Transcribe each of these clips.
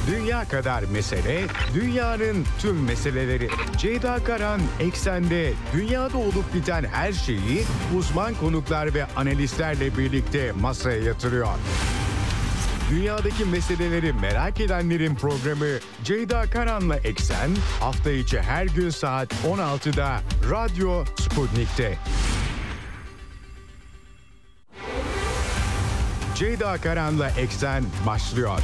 Dünya kadar mesele, dünyanın tüm meseleleri. Ceyda Karan Eksen'de dünyada olup biten her şeyi uzman konuklar ve analistlerle birlikte masaya yatırıyor. Dünyadaki meseleleri merak edenlerin programı Ceyda Karan'la Eksen hafta içi her gün saat 16'da Radyo Sputnik'te. Ceyda Karan'la Eksen başlıyor.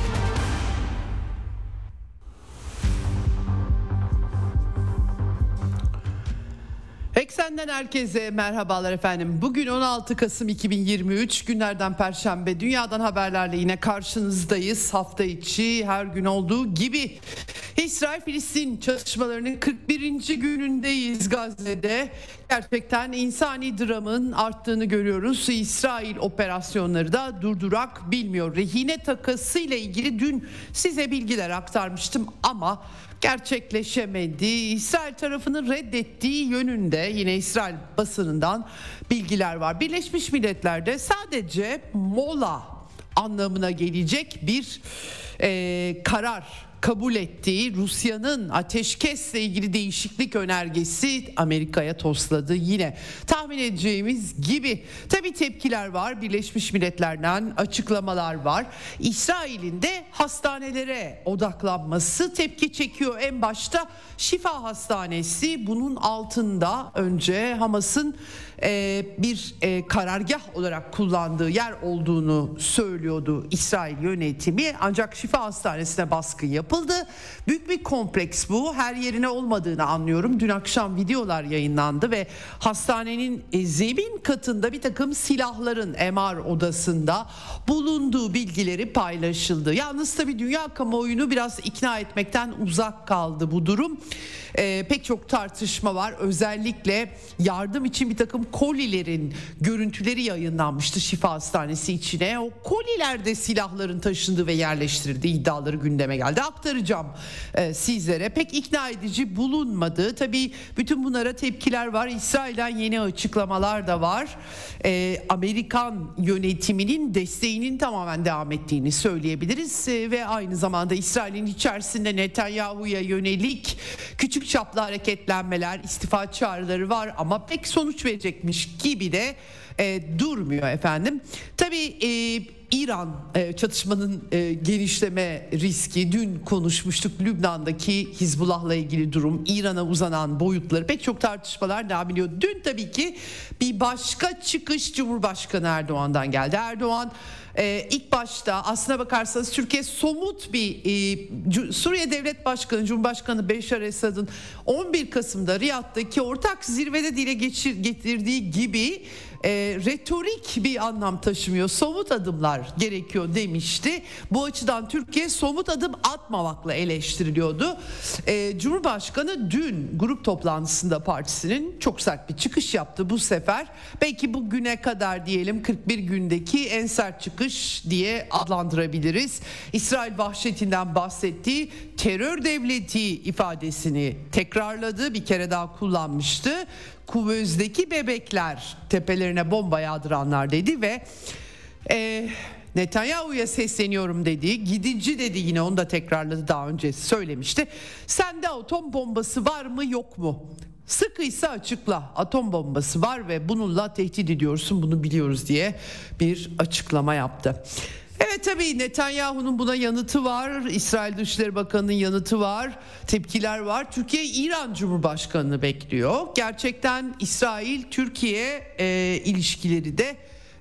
Eksen'den herkese merhabalar efendim. Bugün 16 Kasım 2023 günlerden Perşembe. Dünyadan haberlerle yine karşınızdayız. Hafta içi her gün olduğu gibi. İsrail-Filistin çatışmalarının 41. günündeyiz Gazze'de. Gerçekten insani dramın arttığını görüyoruz. İsrail operasyonları da durdurak bilmiyor. Rehine takasıyla ilgili dün size bilgiler aktarmıştım ama gerçekleşemedi. İsrail tarafının reddettiği yönünde yine İsrail basınından bilgiler var. Birleşmiş Milletler'de sadece mola anlamına gelecek bir karar kabul ettiği Rusya'nın ateşkesle ilgili değişiklik önergesi Amerika'ya tosladı yine. Tahmin edeceğimiz gibi tabii tepkiler var. Birleşmiş Milletler'den açıklamalar var. İsrail'in de hastanelere odaklanması tepki çekiyor. En başta Şifa Hastanesi, bunun altında önce Hamas'ın bir karargah olarak kullandığı yer olduğunu söylüyordu İsrail yönetimi. Ancak Şifa Hastanesi'ne baskın yapıldı. Büyük bir kompleks bu. Her yerine olmadığını anlıyorum. Dün akşam videolar yayınlandı ve hastanenin zemin katında bir takım silahların MR odasında bulunduğu bilgileri paylaşıldı. Yalnız tabii dünya kamuoyunu biraz ikna etmekten uzak kaldı bu durum. Pek çok tartışma var. Özellikle yardım için bir takım kolilerin görüntüleri yayınlanmıştı Şifa Hastanesi içine. O kolilerde silahların taşındığı ve yerleştirildiği iddiaları gündeme geldi. Aktaracağım sizlere. Pek ikna edici bulunmadı. Tabii bütün bunlara tepkiler var. İsrail'den yeni açıklamalar da var. Amerikan yönetiminin desteğinin tamamen devam ettiğini söyleyebiliriz. Ve aynı zamanda İsrail'in içerisinde Netanyahu'ya yönelik küçük çaplı hareketlenmeler, istifa çağrıları var ama pek sonuç verecekmiş gibi de durmuyor efendim. Tabii İran çatışmanın genişleme riski, dün konuşmuştuk. Lübnan'daki Hizbullah'la ilgili durum, İran'a uzanan boyutları, pek çok tartışmalar devam ediyor. Dün tabii ki bir başka çıkış Cumhurbaşkanı Erdoğan'dan geldi. Erdoğan ilk başta aslına bakarsanız Türkiye somut bir Suriye Devlet Başkanı, Cumhurbaşkanı Beşar Esad'ın 11 Kasım'da Riyad'daki ortak zirvede dile getirdiği gibi retorik bir anlam taşımıyor. Somut adımlar gerekiyor demişti. Bu açıdan Türkiye somut adım atmamakla eleştiriliyordu. Cumhurbaşkanı dün grup toplantısında partisinin çok sert bir çıkış yaptı bu sefer. Belki bugüne kadar diyelim 41 gündeki en sert çıkış diye adlandırabiliriz. İsrail vahşetinden bahsettiği terör devleti ifadesini tekrarladı. Bir kere daha kullanmıştı. Kuveyt'teki bebekler tepelerine bomba yağdıranlar dedi ve Netanyahu'ya sesleniyorum dedi. Gidici dedi, yine onu da tekrarladı, daha önce söylemişti. Sende atom bombası var mı yok mu? Sıkıysa açıkla, atom bombası var ve bununla tehdit ediyorsun, bunu biliyoruz diye bir açıklama yaptı. Evet, tabii Netanyahu'nun buna yanıtı var. İsrail Dışişleri Bakanı'nın yanıtı var. Tepkiler var. Türkiye İran Cumhurbaşkanı'nı bekliyor. Gerçekten İsrail-Türkiye ilişkileri de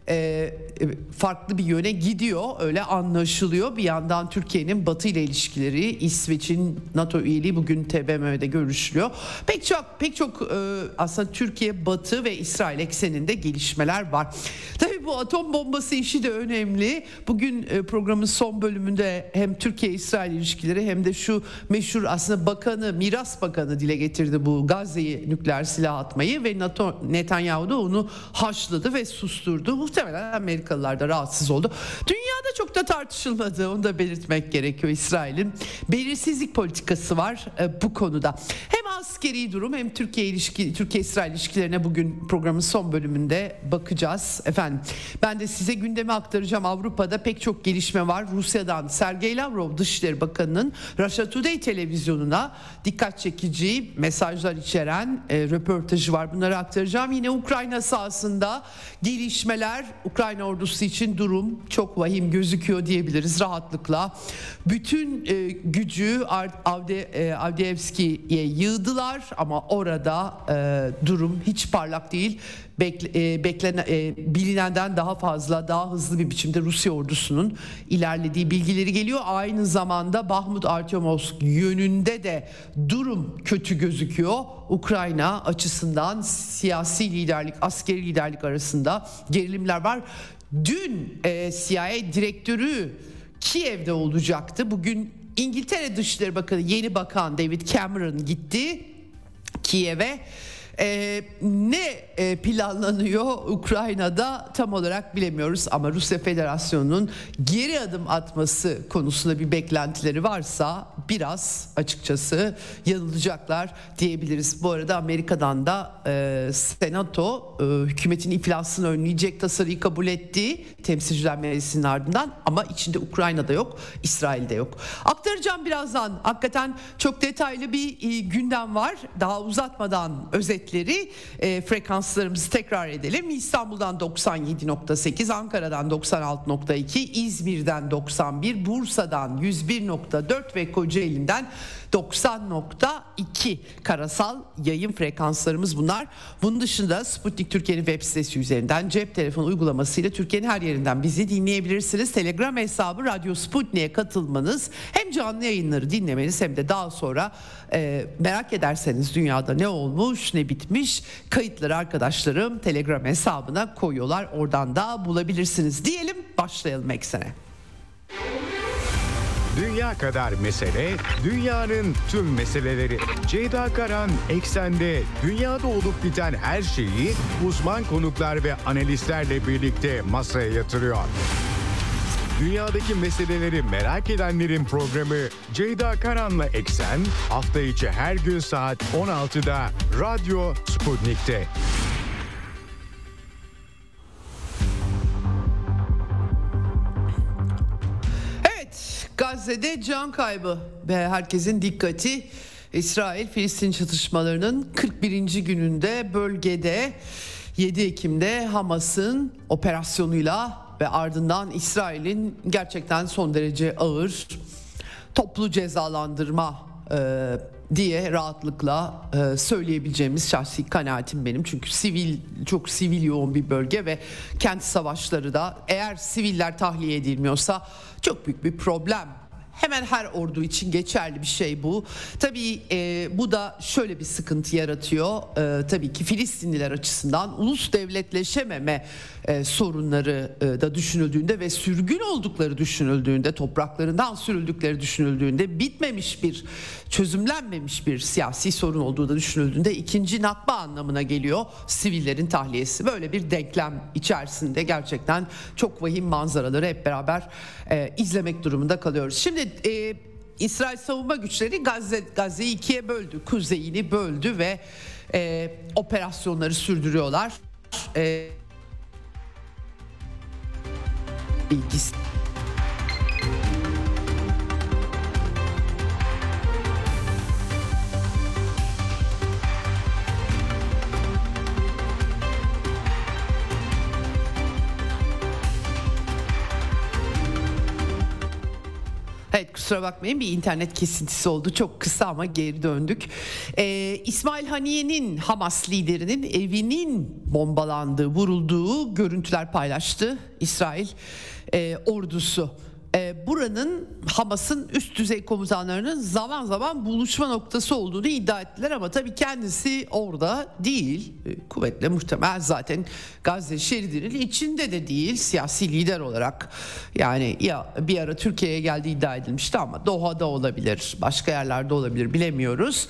farklı bir yöne gidiyor, öyle anlaşılıyor. Bir yandan Türkiye'nin Batı ile ilişkileri, İsveç'in NATO üyeliği bugün TBMM'de görüşülüyor. Pek çok aslında Türkiye, Batı ve İsrail ekseninde gelişmeler var. Tabii bu atom bombası işi de önemli. Bugün programın son bölümünde hem Türkiye-İsrail ilişkileri hem de şu meşhur aslında bakanı, Miras Bakanı dile getirdi bu Gazze'yi nükleer silah atmayı ve Netanyahu da onu haşladı ve susturdu. Muhtemelen Amerikalılar da rahatsız oldu. Dünyada çok da tartışılmadı, onu da belirtmek gerekiyor. İsrail'in belirsizlik politikası var bu konuda. Hem askeri durum hem Türkiye-İsrail ilişkilerine bugün programın son bölümünde bakacağız. Efendim ben de size gündemi aktaracağım. Avrupa'da pek çok gelişme var. Rusya'dan Sergey Lavrov Dışişleri Bakanı'nın Russia Today televizyonuna dikkat çekici mesajlar içeren röportajı var. Bunları aktaracağım. Yine Ukrayna sahasında gelişmeler, Ukrayna ordusu için durum çok vahim gözüküyor diyebiliriz rahatlıkla. Bütün gücü Avdiivski'ye yığdılar ama orada durum hiç parlak değil. Bilinenden daha fazla, daha hızlı bir biçimde Rusya ordusunun ilerlediği bilgileri geliyor. Aynı zamanda Bahmut Artyomovsk yönünde de durum kötü gözüküyor. Ukrayna açısından siyasi liderlik, askeri liderlik arasında gerilimler var. Dün CIA direktörü Kiev'de olacaktı. Bugün İngiltere Dışişleri Bakanı, yeni bakan David Cameron gitti Kiev'e. Ne planlanıyor Ukrayna'da tam olarak bilemiyoruz ama Rusya Federasyonu'nun geri adım atması konusunda bir beklentileri varsa biraz açıkçası yanılacaklar diyebiliriz. Bu arada Amerika'dan da Senato hükümetin iflasını önleyecek tasarıyı kabul etti Temsilciler Meclisi'nin ardından ama içinde Ukrayna'da yok, İsrail'de yok. Aktaracağım birazdan. Hakikaten çok detaylı bir gündem var. Daha uzatmadan özetleri frekanslarımızı tekrar edelim. İstanbul'dan 97.8, Ankara'dan 96.2, İzmir'den 91, Bursa'dan 101.4 ve Kocaeli'nden 90.2 karasal yayın frekanslarımız bunlar. Bunun dışında Sputnik Türkiye'nin web sitesi üzerinden cep telefonu uygulamasıyla Türkiye'nin her yerinden bizi dinleyebilirsiniz. Telegram hesabı Radyo Sputnik'e katılmanız hem canlı yayınları dinlemeniz hem de daha sonra merak ederseniz dünyada ne olmuş ne bitmiş kayıtları arkadaşlarım Telegram hesabına koyuyorlar. Oradan da bulabilirsiniz diyelim, başlayalım eksene. Dünya kadar mesele, dünyanın tüm meseleleri. Ceyda Karan Eksen'de dünyada olup biten her şeyi uzman konuklar ve analistlerle birlikte masaya yatırıyor. Dünyadaki meseleleri merak edenlerin programı Ceyda Karan'la Eksen hafta içi her gün saat 16'da Radyo Sputnik'te. Gazze'de can kaybı ve herkesin dikkati İsrail-Filistin çatışmalarının 41. gününde bölgede 7 Ekim'de Hamas'ın operasyonuyla ve ardından İsrail'in gerçekten son derece ağır toplu cezalandırma diye rahatlıkla söyleyebileceğimiz şahsi kanaatim benim. Çünkü çok sivil yoğun bir bölge ve kent savaşları da eğer siviller tahliye edilmiyorsa çok büyük bir problem. Hemen her ordu için geçerli bir şey bu. Tabii bu da şöyle bir sıkıntı yaratıyor. Tabii ki Filistinliler açısından ulus devletleşememe sorunları da düşünüldüğünde ve sürgün oldukları düşünüldüğünde, topraklarından sürüldükleri düşünüldüğünde, bitmemiş bir, çözümlenmemiş bir siyasi sorun olduğu da düşünüldüğünde ikinci Nakba anlamına geliyor sivillerin tahliyesi. Böyle bir denklem içerisinde gerçekten çok vahim manzaraları hep beraber izlemek durumunda kalıyoruz. Şimdi İsrail savunma güçleri Gazze'yi ikiye böldü. Kuzeyini böldü ve operasyonları sürdürüyorlar. Bilgisi. Evet, kusura bakmayın, bir internet kesintisi oldu. Çok kısa ama geri döndük. İsmail Haniye'nin, Hamas liderinin evinin bombalandığı, vurulduğu görüntüler paylaştı İsrail ordusu. Buranın Hamas'ın üst düzey komutanlarının zaman zaman buluşma noktası olduğunu iddia ettiler ama tabii kendisi orada değil. Kuvvetle muhtemel zaten Gazze şeridinin içinde de değil siyasi lider olarak. Yani ya bir ara Türkiye'ye geldiği iddia edilmişti ama Doha'da olabilir, başka yerlerde olabilir, bilemiyoruz.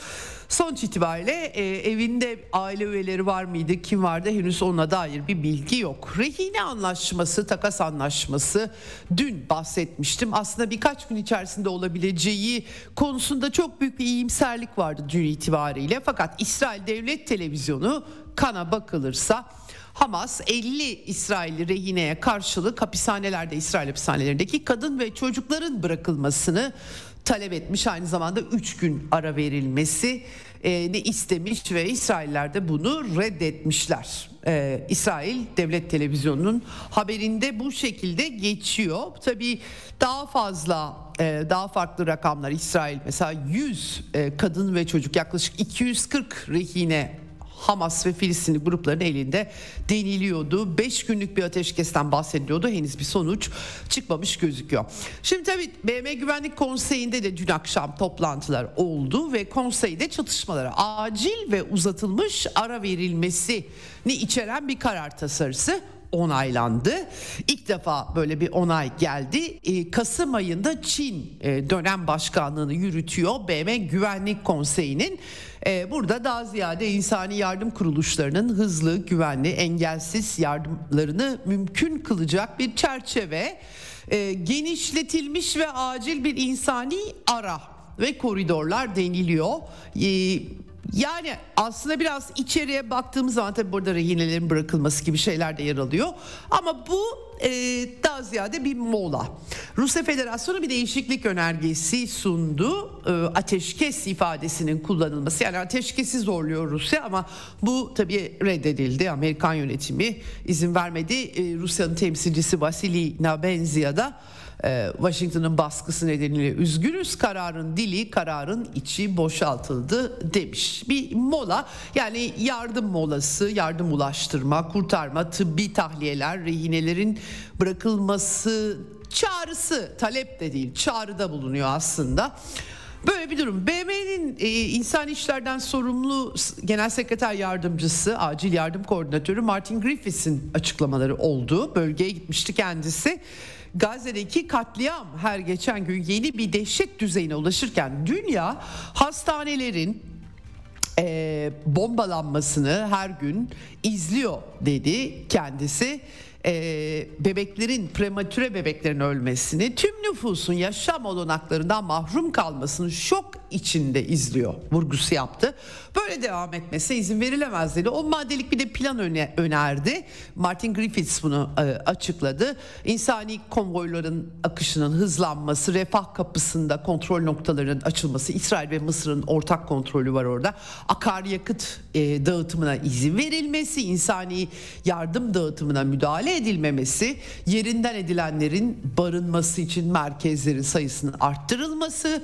Sonuç itibariyle evinde aile üyeleri var mıydı, kim vardı, henüz ona dair bir bilgi yok. Rehine anlaşması, takas anlaşması, dün bahsetmiştim. Aslında birkaç gün içerisinde olabileceği konusunda çok büyük bir iyimserlik vardı dün itibariyle. Fakat İsrail Devlet Televizyonu kana bakılırsa Hamas 50 İsrailli rehineye karşılık hapishanelerde, İsrail hapishanelerindeki kadın ve çocukların bırakılmasını talep etmiş. Aynı zamanda 3 gün ara verilmesi ne istemiş ve İsrailler de bunu reddetmişler. İsrail Devlet Televizyonu'nun haberinde bu şekilde geçiyor. Tabii daha fazla, daha farklı rakamlar. İsrail mesela 100 kadın ve çocuk, yaklaşık 240 rehine Hamas ve Filistinli grupların elinde deniliyordu. 5 günlük bir ateşkesten bahsediliyordu. Henüz bir sonuç çıkmamış gözüküyor. Şimdi tabii BM Güvenlik Konseyi'nde de dün akşam toplantılar oldu ve konseyde çatışmalara acil ve uzatılmış ara verilmesini içeren bir karar tasarısı onaylandı. İlk defa böyle bir onay geldi. Kasım ayında Çin dönem başkanlığını yürütüyor BM Güvenlik Konseyi'nin. Burada daha ziyade insani yardım kuruluşlarının hızlı, güvenli, engelsiz yardımlarını mümkün kılacak bir çerçeve, genişletilmiş ve acil bir insani ara ve koridorlar deniliyor. Yani aslında biraz içeriye baktığımız zaman tabii burada rehinelerin bırakılması gibi şeyler de yer alıyor. Ama bu daha ziyade bir mola. Rusya Federasyonu bir değişiklik önergesi sundu. Ateşkes ifadesinin kullanılması. Yani ateşkesi zorluyor Rusya ama bu tabii reddedildi. Amerikan yönetimi izin vermedi. Rusya'nın temsilcisi Vasily Nabenzia da Washington'ın baskısı nedeniyle üzgünüz, kararın dili, kararın içi boşaltıldı demiş. Bir mola, yani yardım molası, yardım ulaştırma, kurtarma, tıbbi tahliyeler, rehinelerin bırakılması çağrısı, talep de değil, çağrıda bulunuyor aslında. Böyle bir durum. BM'nin insan işlerden sorumlu Genel Sekreter Yardımcısı, Acil Yardım Koordinatörü Martin Griffiths'in açıklamaları oldu. Bölgeye gitmişti kendisi. Gazze'deki katliam her geçen gün yeni bir dehşet düzeyine ulaşırken dünya hastanelerin bombalanmasını her gün izliyor dedi kendisi. Bebeklerin, prematüre bebeklerin ölmesini, tüm nüfusun yaşam olanaklarından mahrum kalmasını şok içinde izliyor vurgusu yaptı. Böyle devam etmesine izin verilemez dedi. 10 maddelik bir de plan önerdi. Martin Griffiths bunu açıkladı. İnsani konvoyların akışının hızlanması, refah kapısında kontrol noktalarının açılması, İsrail ve Mısır'ın ortak kontrolü var orada. Akaryakıt dağıtımına izin verilmesi, insani yardım dağıtımına müdahale edilmemesi, yerinden edilenlerin barınması için merkezlerin sayısının arttırılması,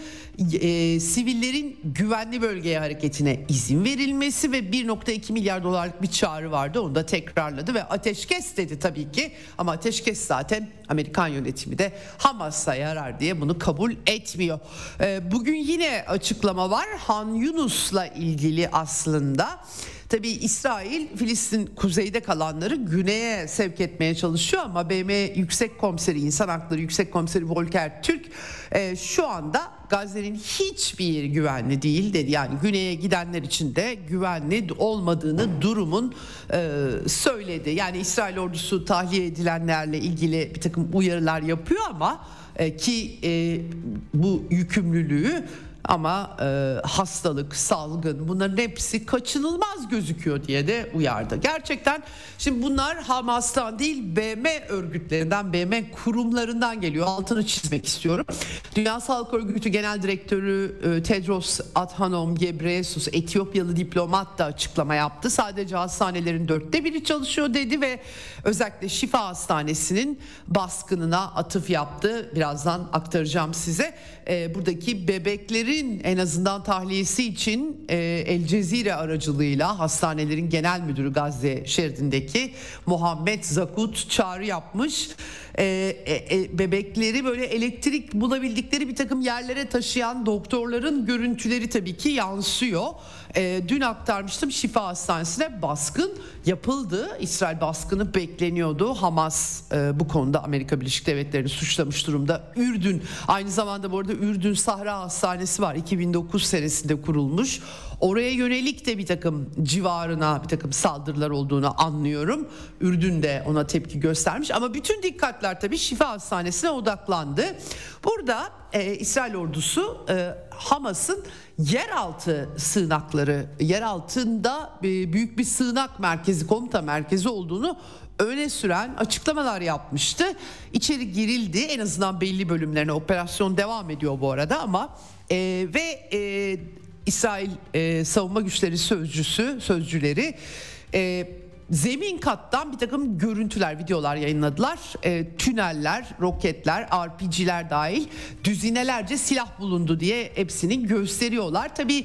sivillerin güvenli bölgeye hareketine izin verilmesi ve 1.2 milyar dolarlık bir çağrı vardı. Onu da tekrarladı ve ateşkes dedi tabii ki. Ama ateşkes zaten Amerikan yönetimi de Hamas'a yarar diye bunu kabul etmiyor. Bugün yine açıklama var. Han Yunus'la ilgili aslında. Tabii İsrail, Filistin kuzeyde kalanları güneye sevk etmeye çalışıyor ama BM Yüksek Komiseri, İnsan Hakları Yüksek Komiseri Volker Türk şu anda Gazze'nin hiçbir yeri güvenli değil dedi. Yani güneye gidenler için de güvenli olmadığını, durumun söyledi. Yani İsrail ordusu tahliye edilenlerle ilgili bir takım uyarılar yapıyor ama ki bu yükümlülüğü, ama hastalık, salgın, bunların hepsi kaçınılmaz gözüküyor diye de uyardı. Gerçekten şimdi bunlar Hamas'tan değil, BM örgütlerinden, BM kurumlarından geliyor. Altını çizmek istiyorum. Dünya Sağlık Örgütü Genel Direktörü Tedros Adhanom Ghebreyesus, Etiyopyalı diplomat da açıklama yaptı. Sadece hastanelerin 1/4 çalışıyor dedi ve özellikle Şifa Hastanesi'nin baskınına atıf yaptı. Birazdan aktaracağım size. Buradaki bebeklerin en azından tahliyesi için El Cezire aracılığıyla hastanelerin genel müdürü Gazze şeridindeki Muhammed Zakut çağrı yapmış. Bebekleri böyle elektrik bulabildikleri bir takım yerlere taşıyan doktorların görüntüleri tabii ki yansıyor. Dün aktarmıştım, Şifa Hastanesi'ne baskın yapıldı. İsrail baskını bekleniyordu. Hamas bu konuda Amerika Birleşik Devletleri'ni suçlamış durumda. Ürdün, aynı zamanda bu arada Ürdün Sahra Hastanesi var. 2009 senesinde kurulmuş. Oraya yönelik de bir takım civarına bir takım saldırılar olduğunu anlıyorum. Ürdün de ona tepki göstermiş ama bütün dikkatler tabii Şifa Hastanesi'ne odaklandı. Burada İsrail ordusu Hamas'ın yeraltı sığınakları, yer altında büyük bir sığınak merkezi, komuta merkezi olduğunu öne süren açıklamalar yapmıştı. İçeri girildi, en azından belli bölümlerine. Operasyon devam ediyor bu arada ama İsrail savunma güçleri sözcüleri zemin kattan bir takım görüntüler, videolar yayınladılar. Tüneller, roketler, RPG'ler dahil düzinelerce silah bulundu diye hepsini gösteriyorlar. Tabii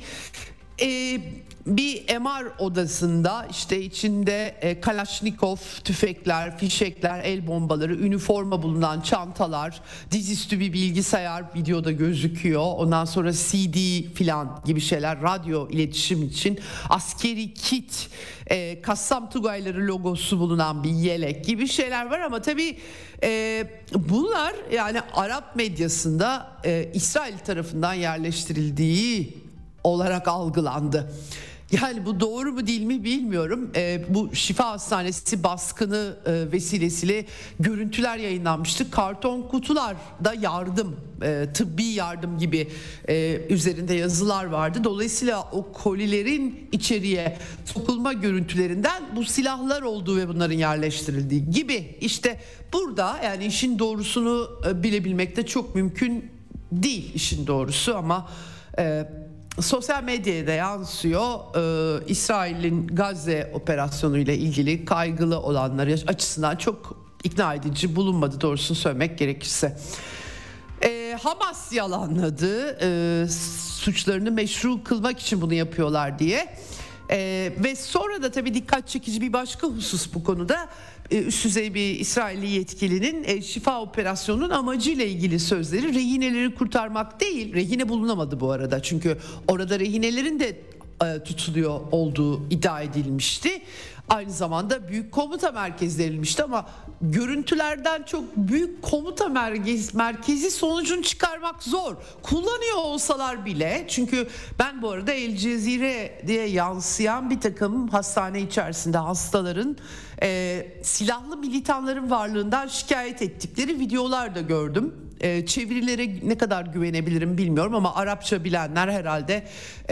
bir MR odasında işte içinde Kalashnikov tüfekler, fişekler, el bombaları, üniforma bulunan çantalar, dizüstü bir bilgisayar videoda gözüküyor. Ondan sonra CD filan gibi şeyler, radyo iletişim için askeri kit, Kassam Tugayları logosu bulunan bir yelek gibi şeyler var ama tabii bunlar yani Arap medyasında İsrail tarafından yerleştirildiği olarak algılandı. Yani bu doğru mu değil mi bilmiyorum. Bu Şifa Hastanesi baskını vesilesiyle görüntüler yayınlanmıştı. Karton kutularda yardım, tıbbi yardım gibi üzerinde yazılar vardı. Dolayısıyla o kolilerin içeriye sokulma görüntülerinden bu silahlar olduğu ve bunların yerleştirildiği gibi. İşte burada yani işin doğrusunu bilebilmek de çok mümkün değil işin doğrusu ama sosyal medyaya da yansıyor. İsrail'in Gazze operasyonu ile ilgili kaygılı olanlar açısından çok ikna edici bulunmadı doğrusunu söylemek gerekirse. Hamas yalanladı, suçlarını meşru kılmak için bunu yapıyorlar diye. Ve sonra da tabii dikkat çekici bir başka husus bu konuda. Üst düzey bir İsrailli yetkilinin Şifa operasyonunun amacıyla ilgili sözleri rehineleri kurtarmak değil. Rehine bulunamadı bu arada çünkü orada rehinelerin de tutuluyor olduğu iddia edilmişti. Aynı zamanda büyük komuta merkezi denilmişti ama görüntülerden çok büyük komuta merkezi sonucunu çıkarmak zor. Kullanıyor olsalar bile, çünkü ben bu arada El Cezire diye yansıyan bir takım hastane içerisinde hastaların silahlı militanların varlığından şikayet ettikleri videolar da gördüm. Çevirilere ne kadar güvenebilirim bilmiyorum ama Arapça bilenler herhalde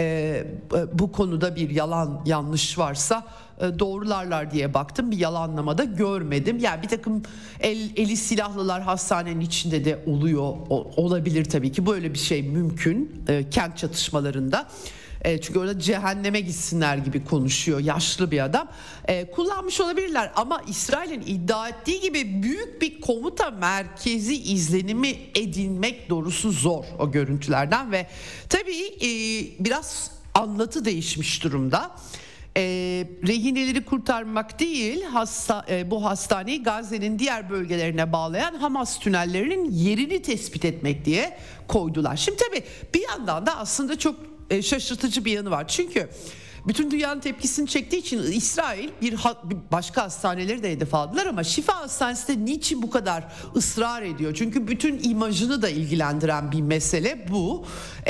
bu konuda bir yanlış varsa doğrularlar diye baktım. Bir yalanlamada görmedim. Yani bir takım eli silahlılar hastanenin içinde de olabilir tabii ki. Böyle bir şey mümkün kent çatışmalarında. Çünkü orada cehenneme gitsinler gibi konuşuyor yaşlı bir adam. Kullanmış olabilirler ama İsrail'in iddia ettiği gibi büyük bir komuta merkezi izlenimi edinmek doğrusu zor o görüntülerden ve tabii biraz anlatı değişmiş durumda. Rehineleri kurtarmak değil, bu hastaneyi Gazze'nin diğer bölgelerine bağlayan Hamas tünellerinin yerini tespit etmek diye koydular. Şimdi tabii bir yandan da aslında çok şaşırtıcı bir yanı var. Çünkü bütün dünyanın tepkisini çektiği için İsrail bir başka hastaneleri de hedef aldılar ama Şifa Hastanesi de niçin bu kadar ısrar ediyor? Çünkü bütün imajını da ilgilendiren bir mesele bu.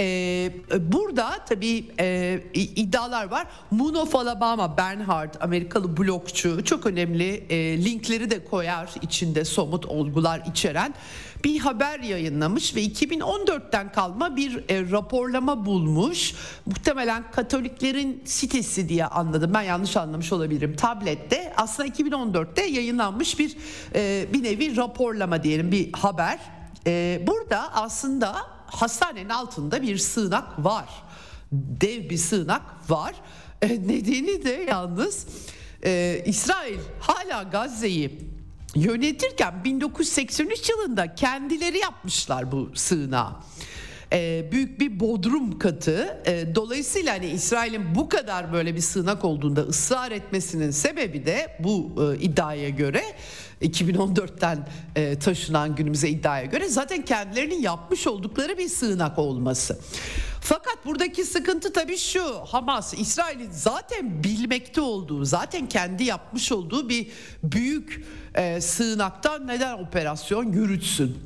Burada tabii iddialar var. Moon of Alabama, Bernhard, Amerikalı blogçu, çok önemli, linkleri de koyar içinde somut olgular içeren bir haber yayınlamış ve 2014'ten kalma bir raporlama bulmuş. Muhtemelen Katoliklerin sitesi diye anladım. Ben yanlış anlamış olabilirim. Tablette aslında 2014'te yayınlanmış bir nevi raporlama diyelim, bir haber. Burada aslında hastanenin altında bir sığınak var. Dev bir sığınak var. Nedeni de yalnız İsrail hala Gazze'yi yönetirken 1983 yılında kendileri yapmışlar bu sığınağı. Büyük bir bodrum katı. Dolayısıyla hani İsrail'in bu kadar böyle bir sığınak olduğunda ısrar etmesinin sebebi de bu iddiaya göre, 2014'ten taşınan günümüze iddiaya göre zaten kendilerinin yapmış oldukları bir sığınak olması. Fakat buradaki sıkıntı tabii şu: Hamas, İsrail'in zaten bilmekte olduğu, zaten kendi yapmış olduğu bir büyük sığınaktan neden operasyon yürütsün?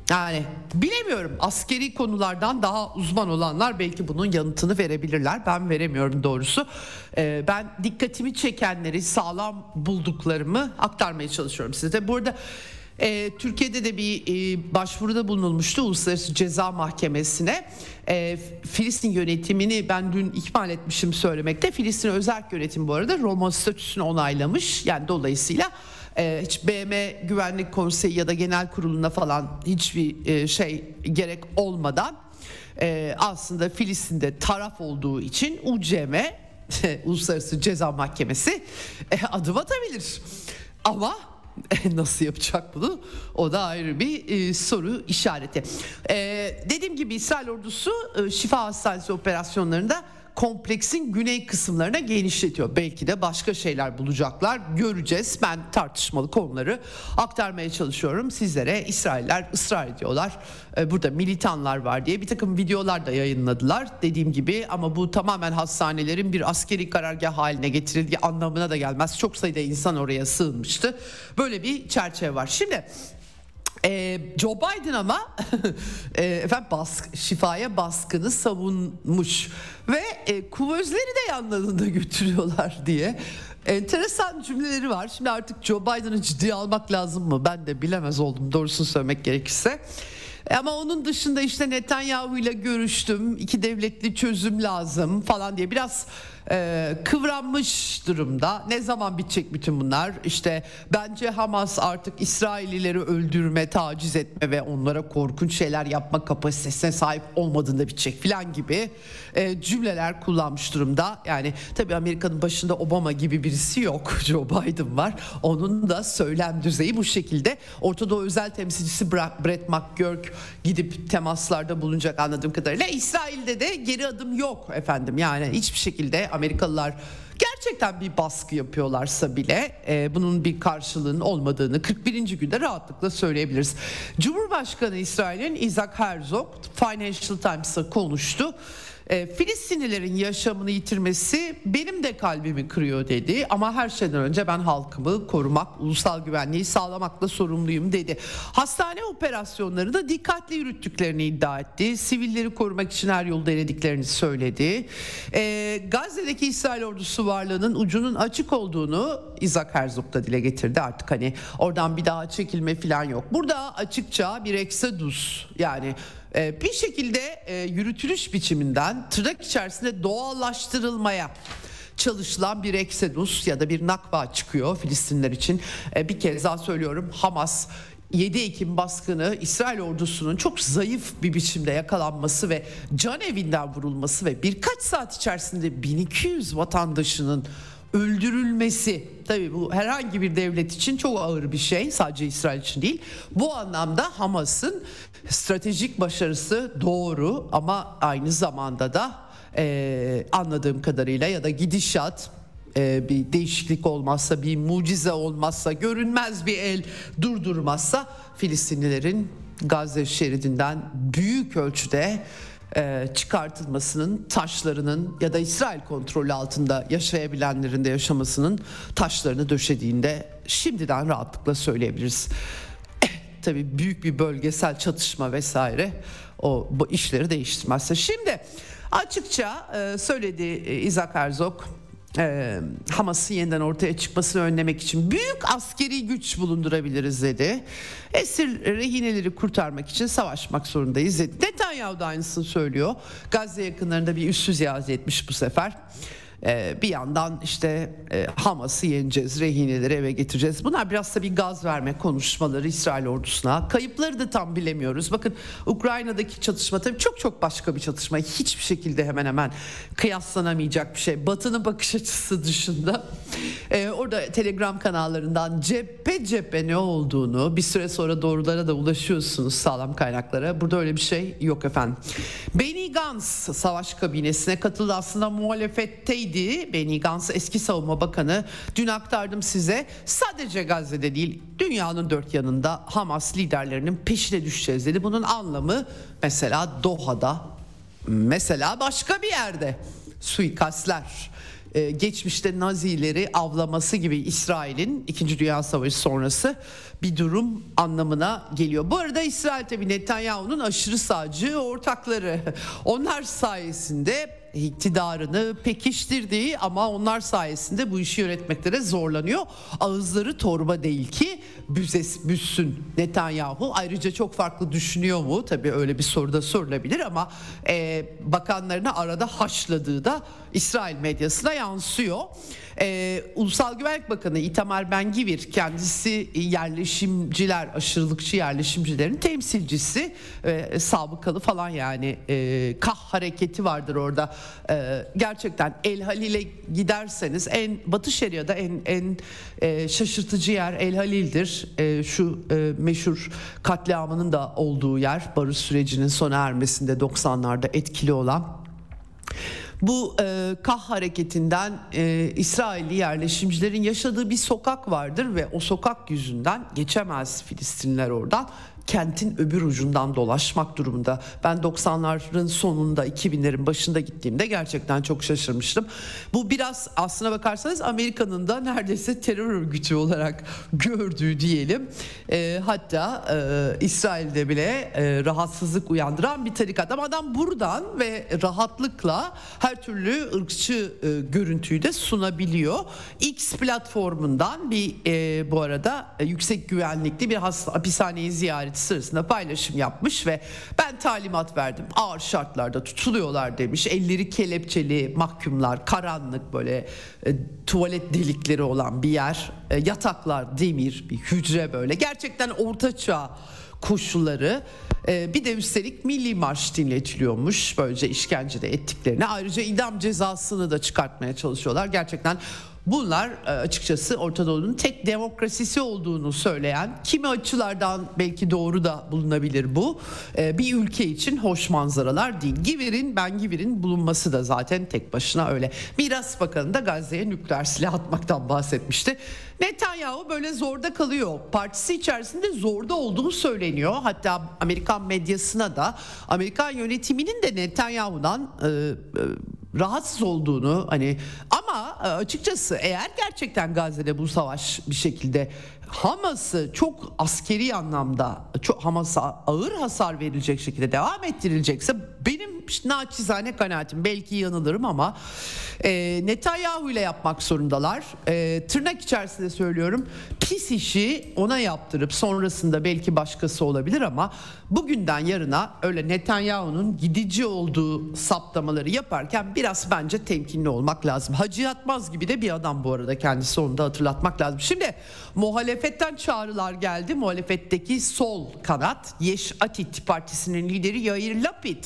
Yani bilemiyorum, askeri konulardan daha uzman olanlar belki bunun yanıtını verebilirler. Ben veremiyorum doğrusu. Ben dikkatimi çekenleri, sağlam bulduklarımı aktarmaya çalışıyorum size. Burada Türkiye'de de bir başvuruda bulunulmuştu Uluslararası Ceza Mahkemesi'ne. Filistin yönetimini ben dün ihmal etmişim söylemekte. Filistin özerk yönetimi bu arada Roma statüsünü onaylamış. Yani dolayısıyla hiç BM Güvenlik Konseyi ya da Genel Kurulu'na falan hiçbir gerek olmadan aslında Filistin'de taraf olduğu için UCM Uluslararası Ceza Mahkemesi adım atabilir. Ama nasıl yapacak bunu? O da ayrı bir soru işareti. Dediğim gibi İsrail ordusu Şifa Hastanesi operasyonlarında kompleksin güney kısımlarına genişletiyor. Belki de başka şeyler bulacaklar. Göreceğiz. Ben tartışmalı konuları aktarmaya çalışıyorum sizlere. İsrailler ısrar ediyorlar. Burada militanlar var diye bir takım videolar da yayınladılar. Dediğim gibi, ama bu tamamen hastanelerin bir askeri karargah haline getirildiği anlamına da gelmez. Çok sayıda insan oraya sığınmıştı. Böyle bir çerçeve var. Şimdi Joe Biden ama şifaya baskını savunmuş ve kuvözleri de yanlarında götürüyorlar diye enteresan cümleleri var. Şimdi artık Joe Biden'ı ciddiye almak lazım mı? Ben de bilemez oldum doğrusunu söylemek gerekirse. Ama onun dışında işte Netanyahu ile görüştüm, 2 devletli çözüm lazım falan diye biraz kıvranmış durumda. Ne zaman bitecek bütün bunlar? İşte bence Hamas artık İsraillileri öldürme, taciz etme ve onlara korkunç şeyler yapma kapasitesine sahip olmadığında bitecek falan gibi cümleler kullanmış durumda. Yani tabii Amerika'nın başında Obama gibi birisi yok. Joe Biden var. Onun da söylem düzeyi bu şekilde. Orta Doğu özel temsilcisi Brett McGurk gidip temaslarda bulunacak anladığım kadarıyla. İsrail'de de geri adım yok efendim. Yani hiçbir şekilde Amerikalılar gerçekten bir baskı yapıyorlarsa bile bunun bir karşılığının olmadığını 41. günde rahatlıkla söyleyebiliriz. Cumhurbaşkanı İsrail'in Isaac Herzog Financial Times'a konuştu. Filistinlilerin yaşamını yitirmesi benim de kalbimi kırıyor dedi, ama her şeyden önce ben halkımı korumak, ulusal güvenliği sağlamakla sorumluyum dedi. Hastane operasyonları da dikkatli yürüttüklerini iddia etti. Sivilleri korumak için her yolu denediklerini söyledi. Gazze'deki İsrail ordusu varlığının ucunun açık olduğunu Isaac Herzog da dile getirdi. Artık hani oradan bir daha çekilme falan yok. Burada açıkça bir exodus, yani bir şekilde yürütülüş biçiminden tırnak içerisinde doğallaştırılmaya çalışılan bir exodus ya da bir nakba çıkıyor Filistinler için. Bir kez daha söylüyorum, Hamas 7 Ekim baskını İsrail ordusunun çok zayıf bir biçimde yakalanması ve can evinden vurulması ve birkaç saat içerisinde 1200 vatandaşının öldürülmesi, tabii bu herhangi bir devlet için çok ağır bir şey, sadece İsrail için değil. Bu anlamda Hamas'ın stratejik başarısı doğru, ama aynı zamanda da anladığım kadarıyla ya da gidişat bir değişiklik olmazsa, bir mucize olmazsa, görünmez bir el durdurmazsa Filistinlilerin Gazze şeridinden büyük ölçüde çıkartılmasının, taşlarının ya da İsrail kontrolü altında yaşayabilenlerin de yaşamasının taşlarını döşediğinde şimdiden rahatlıkla söyleyebiliriz. Tabii büyük bir bölgesel çatışma vesaire bu işleri değiştirmezse. Şimdi açıkça söyledi Isaac Herzog, Hamas'ın yeniden ortaya çıkmasını önlemek için büyük askeri güç bulundurabiliriz dedi. Esir rehineleri kurtarmak için savaşmak zorundayız dedi. Netanyahu da aynısını söylüyor. Gazze yakınlarında bir üssü ziyaret etmiş bu sefer. Bir yandan işte Hamas'ı yeneceğiz, rehineleri eve getireceğiz. Bunlar biraz da bir gaz verme konuşmaları İsrail ordusuna. Kayıpları da tam bilemiyoruz. Bakın, Ukrayna'daki çatışma tabii çok başka bir çatışma. Hiçbir şekilde hemen hemen kıyaslanamayacak bir şey. Batı'nın bakış açısı dışında. Orada Telegram kanallarından cephe ne olduğunu, bir süre sonra doğrulara da ulaşıyorsunuz, sağlam kaynaklara. Burada öyle bir şey yok efendim. Benny Gantz savaş kabinesine katıldı. Aslında muhalefetteydi. Benny Gantz eski savunma bakanı. Dün aktardım size. Sadece Gazze'de değil, dünyanın dört yanında Hamas liderlerinin peşine düşeceğiz dedi. Bunun anlamı mesela Doha'da, mesela başka bir yerde suikastler geçmişte Nazileri avlaması gibi İsrail'in 2. Dünya Savaşı sonrası bir durum anlamına geliyor. Bu arada İsrail tabii Netanyahu'nun aşırı sağcı ortakları. Onlar sayesinde iktidarını pekiştirdiği ama onlar sayesinde bu işi yönetmekte de zorlanıyor. Ağızları torba değil ki büzsün Netanyahu. Ayrıca çok farklı düşünüyor mu? Tabii öyle bir soru da sorulabilir ama bakanlarını arada haşladığı da İsrail medyasına yansıyor. Ulusal Güvenlik Bakanı Itamar Ben-Gvir kendisi yerleşimciler, aşırılıkçı yerleşimcilerin temsilcisi, sabıkalı falan yani Kah hareketi vardır orada. Gerçekten El Halil'e giderseniz Batı Şeria'da en şaşırtıcı yer El Halil'dir. Şu meşhur katliamının da olduğu yer, barış sürecinin sona ermesinde 90'larda etkili olan. Bu Kah hareketinden İsrailli yerleşimcilerin yaşadığı bir sokak vardır ve o sokak yüzünden geçemez Filistinliler oradan. Kentin öbür ucundan dolaşmak durumunda. Ben 90'ların sonunda 2000'lerin başında gittiğimde gerçekten çok şaşırmıştım. Bu biraz aslına bakarsanız Amerika'nın da neredeyse terör örgütü olarak gördüğü diyelim. Hatta İsrail'de bile rahatsızlık uyandıran bir tarikat. Ama adam buradan ve rahatlıkla her türlü ırkçı görüntüyü de sunabiliyor. X platformundan bu arada yüksek güvenlikli bir hapishaneyi ziyaret sırasında paylaşım yapmış ve ben talimat verdim, ağır şartlarda tutuluyorlar demiş. Elleri kelepçeli mahkumlar, karanlık böyle tuvalet delikleri olan bir yer, yataklar demir, bir hücre, böyle gerçekten ortaçağ koşulları. Bir de üstelik milli marş dinletiliyormuş, böylece işkence de ettiklerini, ayrıca idam cezasını da çıkartmaya çalışıyorlar. Gerçekten bunlar açıkçası Orta Doğu'nun tek demokrasisi olduğunu söyleyen, kimi açılardan belki doğru da bulunabilir bu. Bir ülke için hoş manzaralar değil. Ben-Gvir'in bulunması da zaten tek başına öyle. Miras Bakanı da Gazze'ye nükleer silah atmaktan bahsetmişti. Netanyahu böyle zorda kalıyor. Partisi içerisinde zorda olduğu söyleniyor. Hatta Amerikan medyasına da Amerikan yönetiminin de Netanyahu'dan rahatsız olduğunu, ama açıkçası eğer gerçekten Gazze'de bu savaş bir şekilde Hamas'ı çok askeri anlamda Hamas'a ağır hasar verilecek şekilde devam ettirilecekse, benim naçizane kanaatim, belki yanılırım ama Netanyahu ile yapmak zorundalar. Tırnak içerisinde söylüyorum, pis işi ona yaptırıp sonrasında belki başkası olabilir ama bugünden yarına öyle Netanyahu'nun gidici olduğu saptamaları yaparken biraz bence temkinli olmak lazım. Hacı Yatmaz gibi de bir adam bu arada kendisi, onu da hatırlatmak lazım. Şimdi muhalefetten çağrılar geldi. Muhalefetteki sol kanat, Yeş Atit Partisi'nin lideri Yair Lapid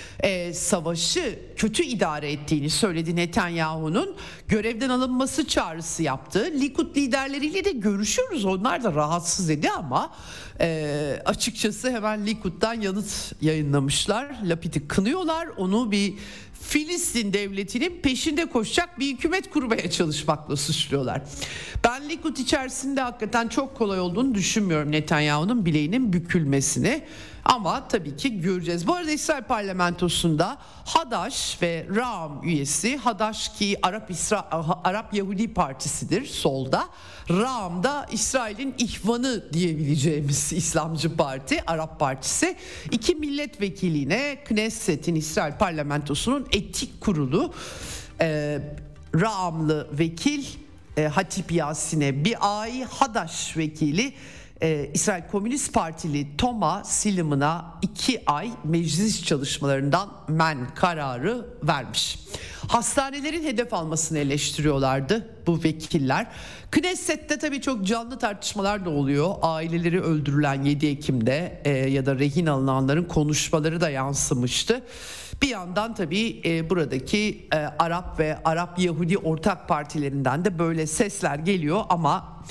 savaşı kötü idare ettiğini söyledi. Netanyahu'nun görevden alınması çağrısı yaptı. Likud liderleriyle de görüşüyoruz. Onlar da rahatsız ediyor ama açıkçası hemen Likud'dan yanıt yayınlamışlar. Lapid'i kınıyorlar. Onu bir Filistin devletinin peşinde koşacak bir hükümet kurmaya çalışmakla suçluyorlar. Ben Likud içerisinde hakikaten çok kolay olduğunu düşünmüyorum Netanyahu'nun bileğinin bükülmesini. Ama tabii ki göreceğiz. Bu arada İsrail parlamentosunda Hadaş ve Ra'am üyesi, Hadaş ki Arap Yahudi Partisi'dir solda. Ra'am da İsrail'in ihvanı diyebileceğimiz İslamcı parti, Arap Partisi. 2 milletvekiline Knesset'in, İsrail parlamentosunun etik kurulu Ra'amlı vekil Hatip Yasin'e bir ay, Hadaş vekili İsrail Komünist Partili Toma Silliman'a 2 ay meclis çalışmalarından men kararı vermiş. Hastanelerin hedef almasını eleştiriyorlardı bu vekiller. Knesset'te tabii çok canlı tartışmalar da oluyor. Aileleri öldürülen 7 Ekim'de ya da rehin alınanların konuşmaları da yansımıştı. Bir yandan tabii buradaki Arap ve Arap Yahudi ortak partilerinden de böyle sesler geliyor ama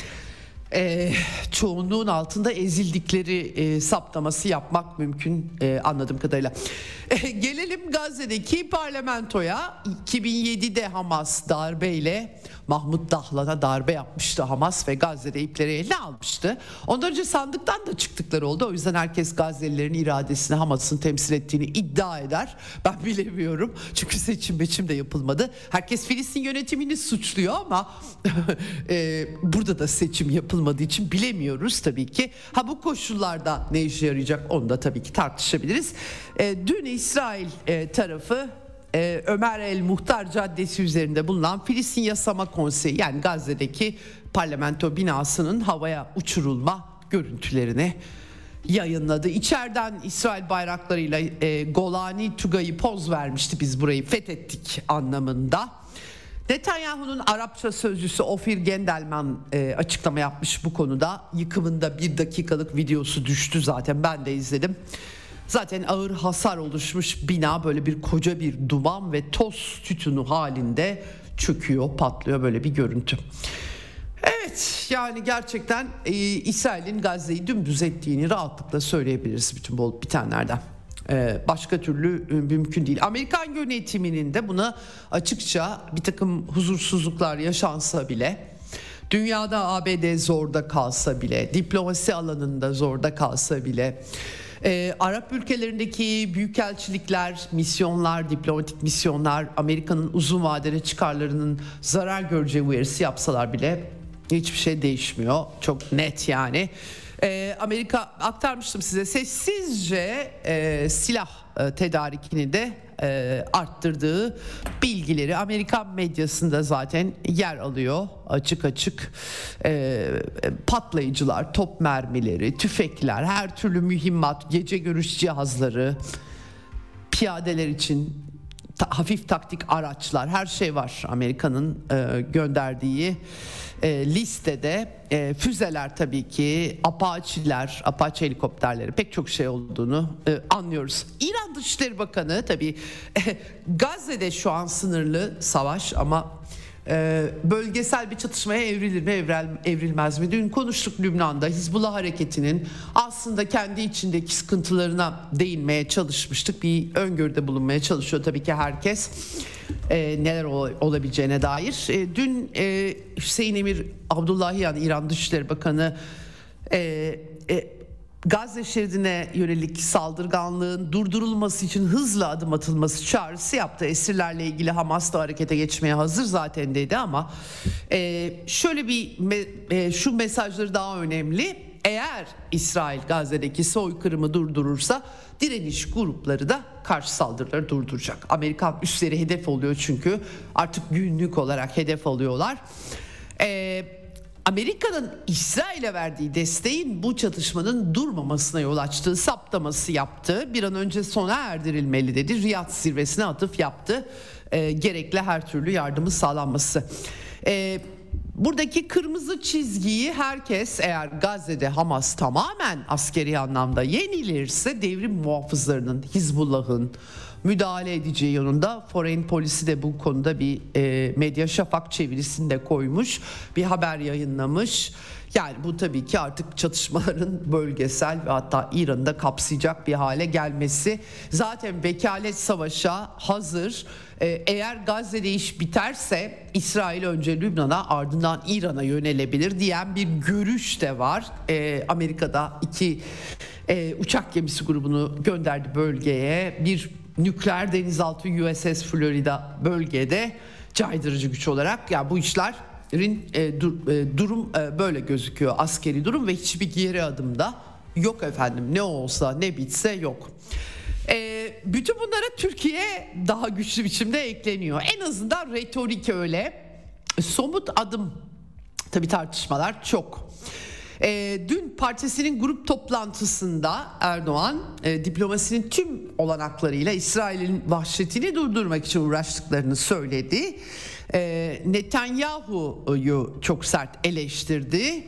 çoğunluğun altında ezildikleri saptaması yapmak mümkün anladığım kadarıyla. Gelelim Gazze'deki parlamentoya. 2007'de Hamas darbeyle Mahmut Dahlan'a darbe yapmıştı Hamas ve Gazze'de ipleri eline almıştı. Ondan önce sandıktan da çıktıkları oldu. O yüzden herkes Gazze'lilerin iradesini Hamas'ın temsil ettiğini iddia eder. Ben bilemiyorum. Çünkü seçim de yapılmadı. Herkes Filistin yönetimini suçluyor ama burada da seçim yapılmadığı için bilemiyoruz tabii ki. Bu koşullarda ne işe yarayacak onu da tabii ki tartışabiliriz. Dün İsrail tarafı Ömer El Muhtar Caddesi üzerinde bulunan Filistin Yasama Konseyi, yani Gazze'deki parlamento binasının havaya uçurulma görüntülerini yayınladı. İçeriden İsrail bayraklarıyla Golani Tugay'ı poz vermişti, biz burayı fethettik anlamında. Netanyahu'nun Arapça sözcüsü Ofir Gendelman açıklama yapmış bu konuda. Yıkımında 1 dakikalık videosu düştü, zaten ben de izledim. Zaten ağır hasar oluşmuş bina böyle bir koca bir duman ve toz tütünü halinde çöküyor, patlıyor, böyle bir görüntü. Evet, yani gerçekten İsrail'in Gazze'yi dümdüz ettiğini rahatlıkla söyleyebiliriz bütün bu olup bitenlerden. Başka türlü mümkün değil. Amerikan yönetiminin de buna açıkça bir takım huzursuzluklar yaşansa bile, dünyada ABD zorda kalsa bile, diplomasi alanında zorda kalsa bile, Arap ülkelerindeki büyükelçilikler, misyonlar, diplomatik misyonlar Amerika'nın uzun vadeli çıkarlarının zarar göreceği uyarısı yapsalar bile hiçbir şey değişmiyor. Çok net yani. Amerika, aktarmıştım size, sessizce silah tedarikini de arttırdığı bilgileri Amerikan medyasında zaten yer alıyor açık açık. Patlayıcılar, top mermileri, tüfekler, her türlü mühimmat, gece görüş cihazları, piyadeler için hafif taktik araçlar, her şey var Amerika'nın gönderdiği listede. Füzeler tabii ki, Apache helikopterleri, pek çok şey olduğunu anlıyoruz. İran Dışişleri Bakanı tabii Gazze'de şu an sınırlı savaş ama bölgesel bir çatışmaya evrilir mi evrilmez mi? Dün konuştuk, Lübnan'da Hizbullah hareketinin aslında kendi içindeki sıkıntılarına değinmeye çalışmıştık. Bir öngörüde bulunmaya çalışıyor tabii ki herkes. Neler olabileceğine dair. Dün Hüseyin Emir Abdullahian, İran Dışişleri Bakanı, Gazze şeridine yönelik saldırganlığın durdurulması için hızla adım atılması çağrısı yaptı. Esirlerle ilgili Hamas da harekete geçmeye hazır zaten dedi ama şöyle şu mesajları daha önemli. Eğer İsrail Gazze'deki soykırımı durdurursa direniş grupları da karşı saldırıları durduracak. Amerikan üsleri hedef oluyor çünkü artık günlük olarak hedef alıyorlar. Amerika'nın İsrail'e verdiği desteğin bu çatışmanın durmamasına yol açtığı saptaması yaptı. Bir an önce sona erdirilmeli dedi. Riyad zirvesine atıf yaptı. Gerekli her türlü yardımı sağlanması. Buradaki kırmızı çizgiyi herkes, eğer Gazze'de Hamas tamamen askeri anlamda yenilirse devrim muhafızlarının, Hizbullah'ın müdahale edeceği yönünde. Foreign Policy de bu konuda bir Medya Şafak çevirisini de koymuş, bir haber yayınlamış. Yani bu tabii ki artık çatışmaların bölgesel ve hatta İran'ı da kapsayacak bir hale gelmesi. Zaten vekalet savaşa hazır. Eğer Gazze'de iş biterse İsrail önce Lübnan'a, ardından İran'a yönelebilir diyen bir görüş de var. Amerika'da 2 uçak gemisi grubunu gönderdi bölgeye. Bir nükleer denizaltı USS Florida bölgede caydırıcı güç olarak. Ya bu işlerin durum böyle gözüküyor, askeri durum, ve hiçbir geri adımda yok efendim. Ne olsa ne bitse yok. Bütün bunlara Türkiye daha güçlü biçimde ekleniyor. En azından retorik öyle. Somut adım, tabii tartışmalar çok. Dün partisinin grup toplantısında Erdoğan diplomasinin tüm olanaklarıyla İsrail'in vahşetini durdurmak için uğraştıklarını söyledi. Netanyahu'yu çok sert eleştirdi.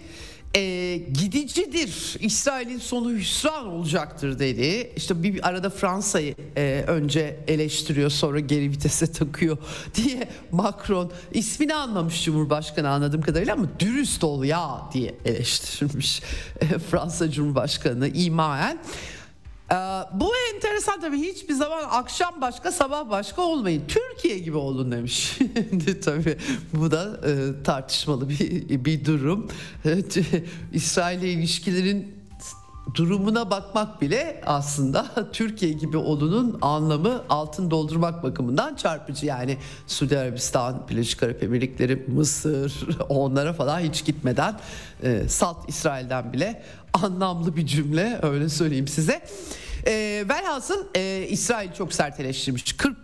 Gidicidir, İsrail'in sonu hüsran olacaktır dedi. İşte bir arada Fransa'yı önce eleştiriyor, sonra geri vitese takıyor diye Macron, ismini anlamış Cumhurbaşkanı anladığım kadarıyla ama dürüst ol ya diye eleştirmiş Fransa Cumhurbaşkanı imaen. Bu enteresan tabii, hiçbir zaman akşam başka sabah başka olmayın. Türkiye gibi olun demiş. Tabii bu da tartışmalı bir durum. İsrail'le ilişkilerin durumuna bakmak bile aslında Türkiye gibi olunun anlamı altın doldurmak bakımından çarpıcı. Yani Suudi Arabistan, Birleşik Arap Emirlikleri, Mısır, onlara falan hiç gitmeden salt İsrail'den bile anlamlı bir cümle, öyle söyleyeyim size. Velhasıl İsrail çok sert eleştirmiş. 40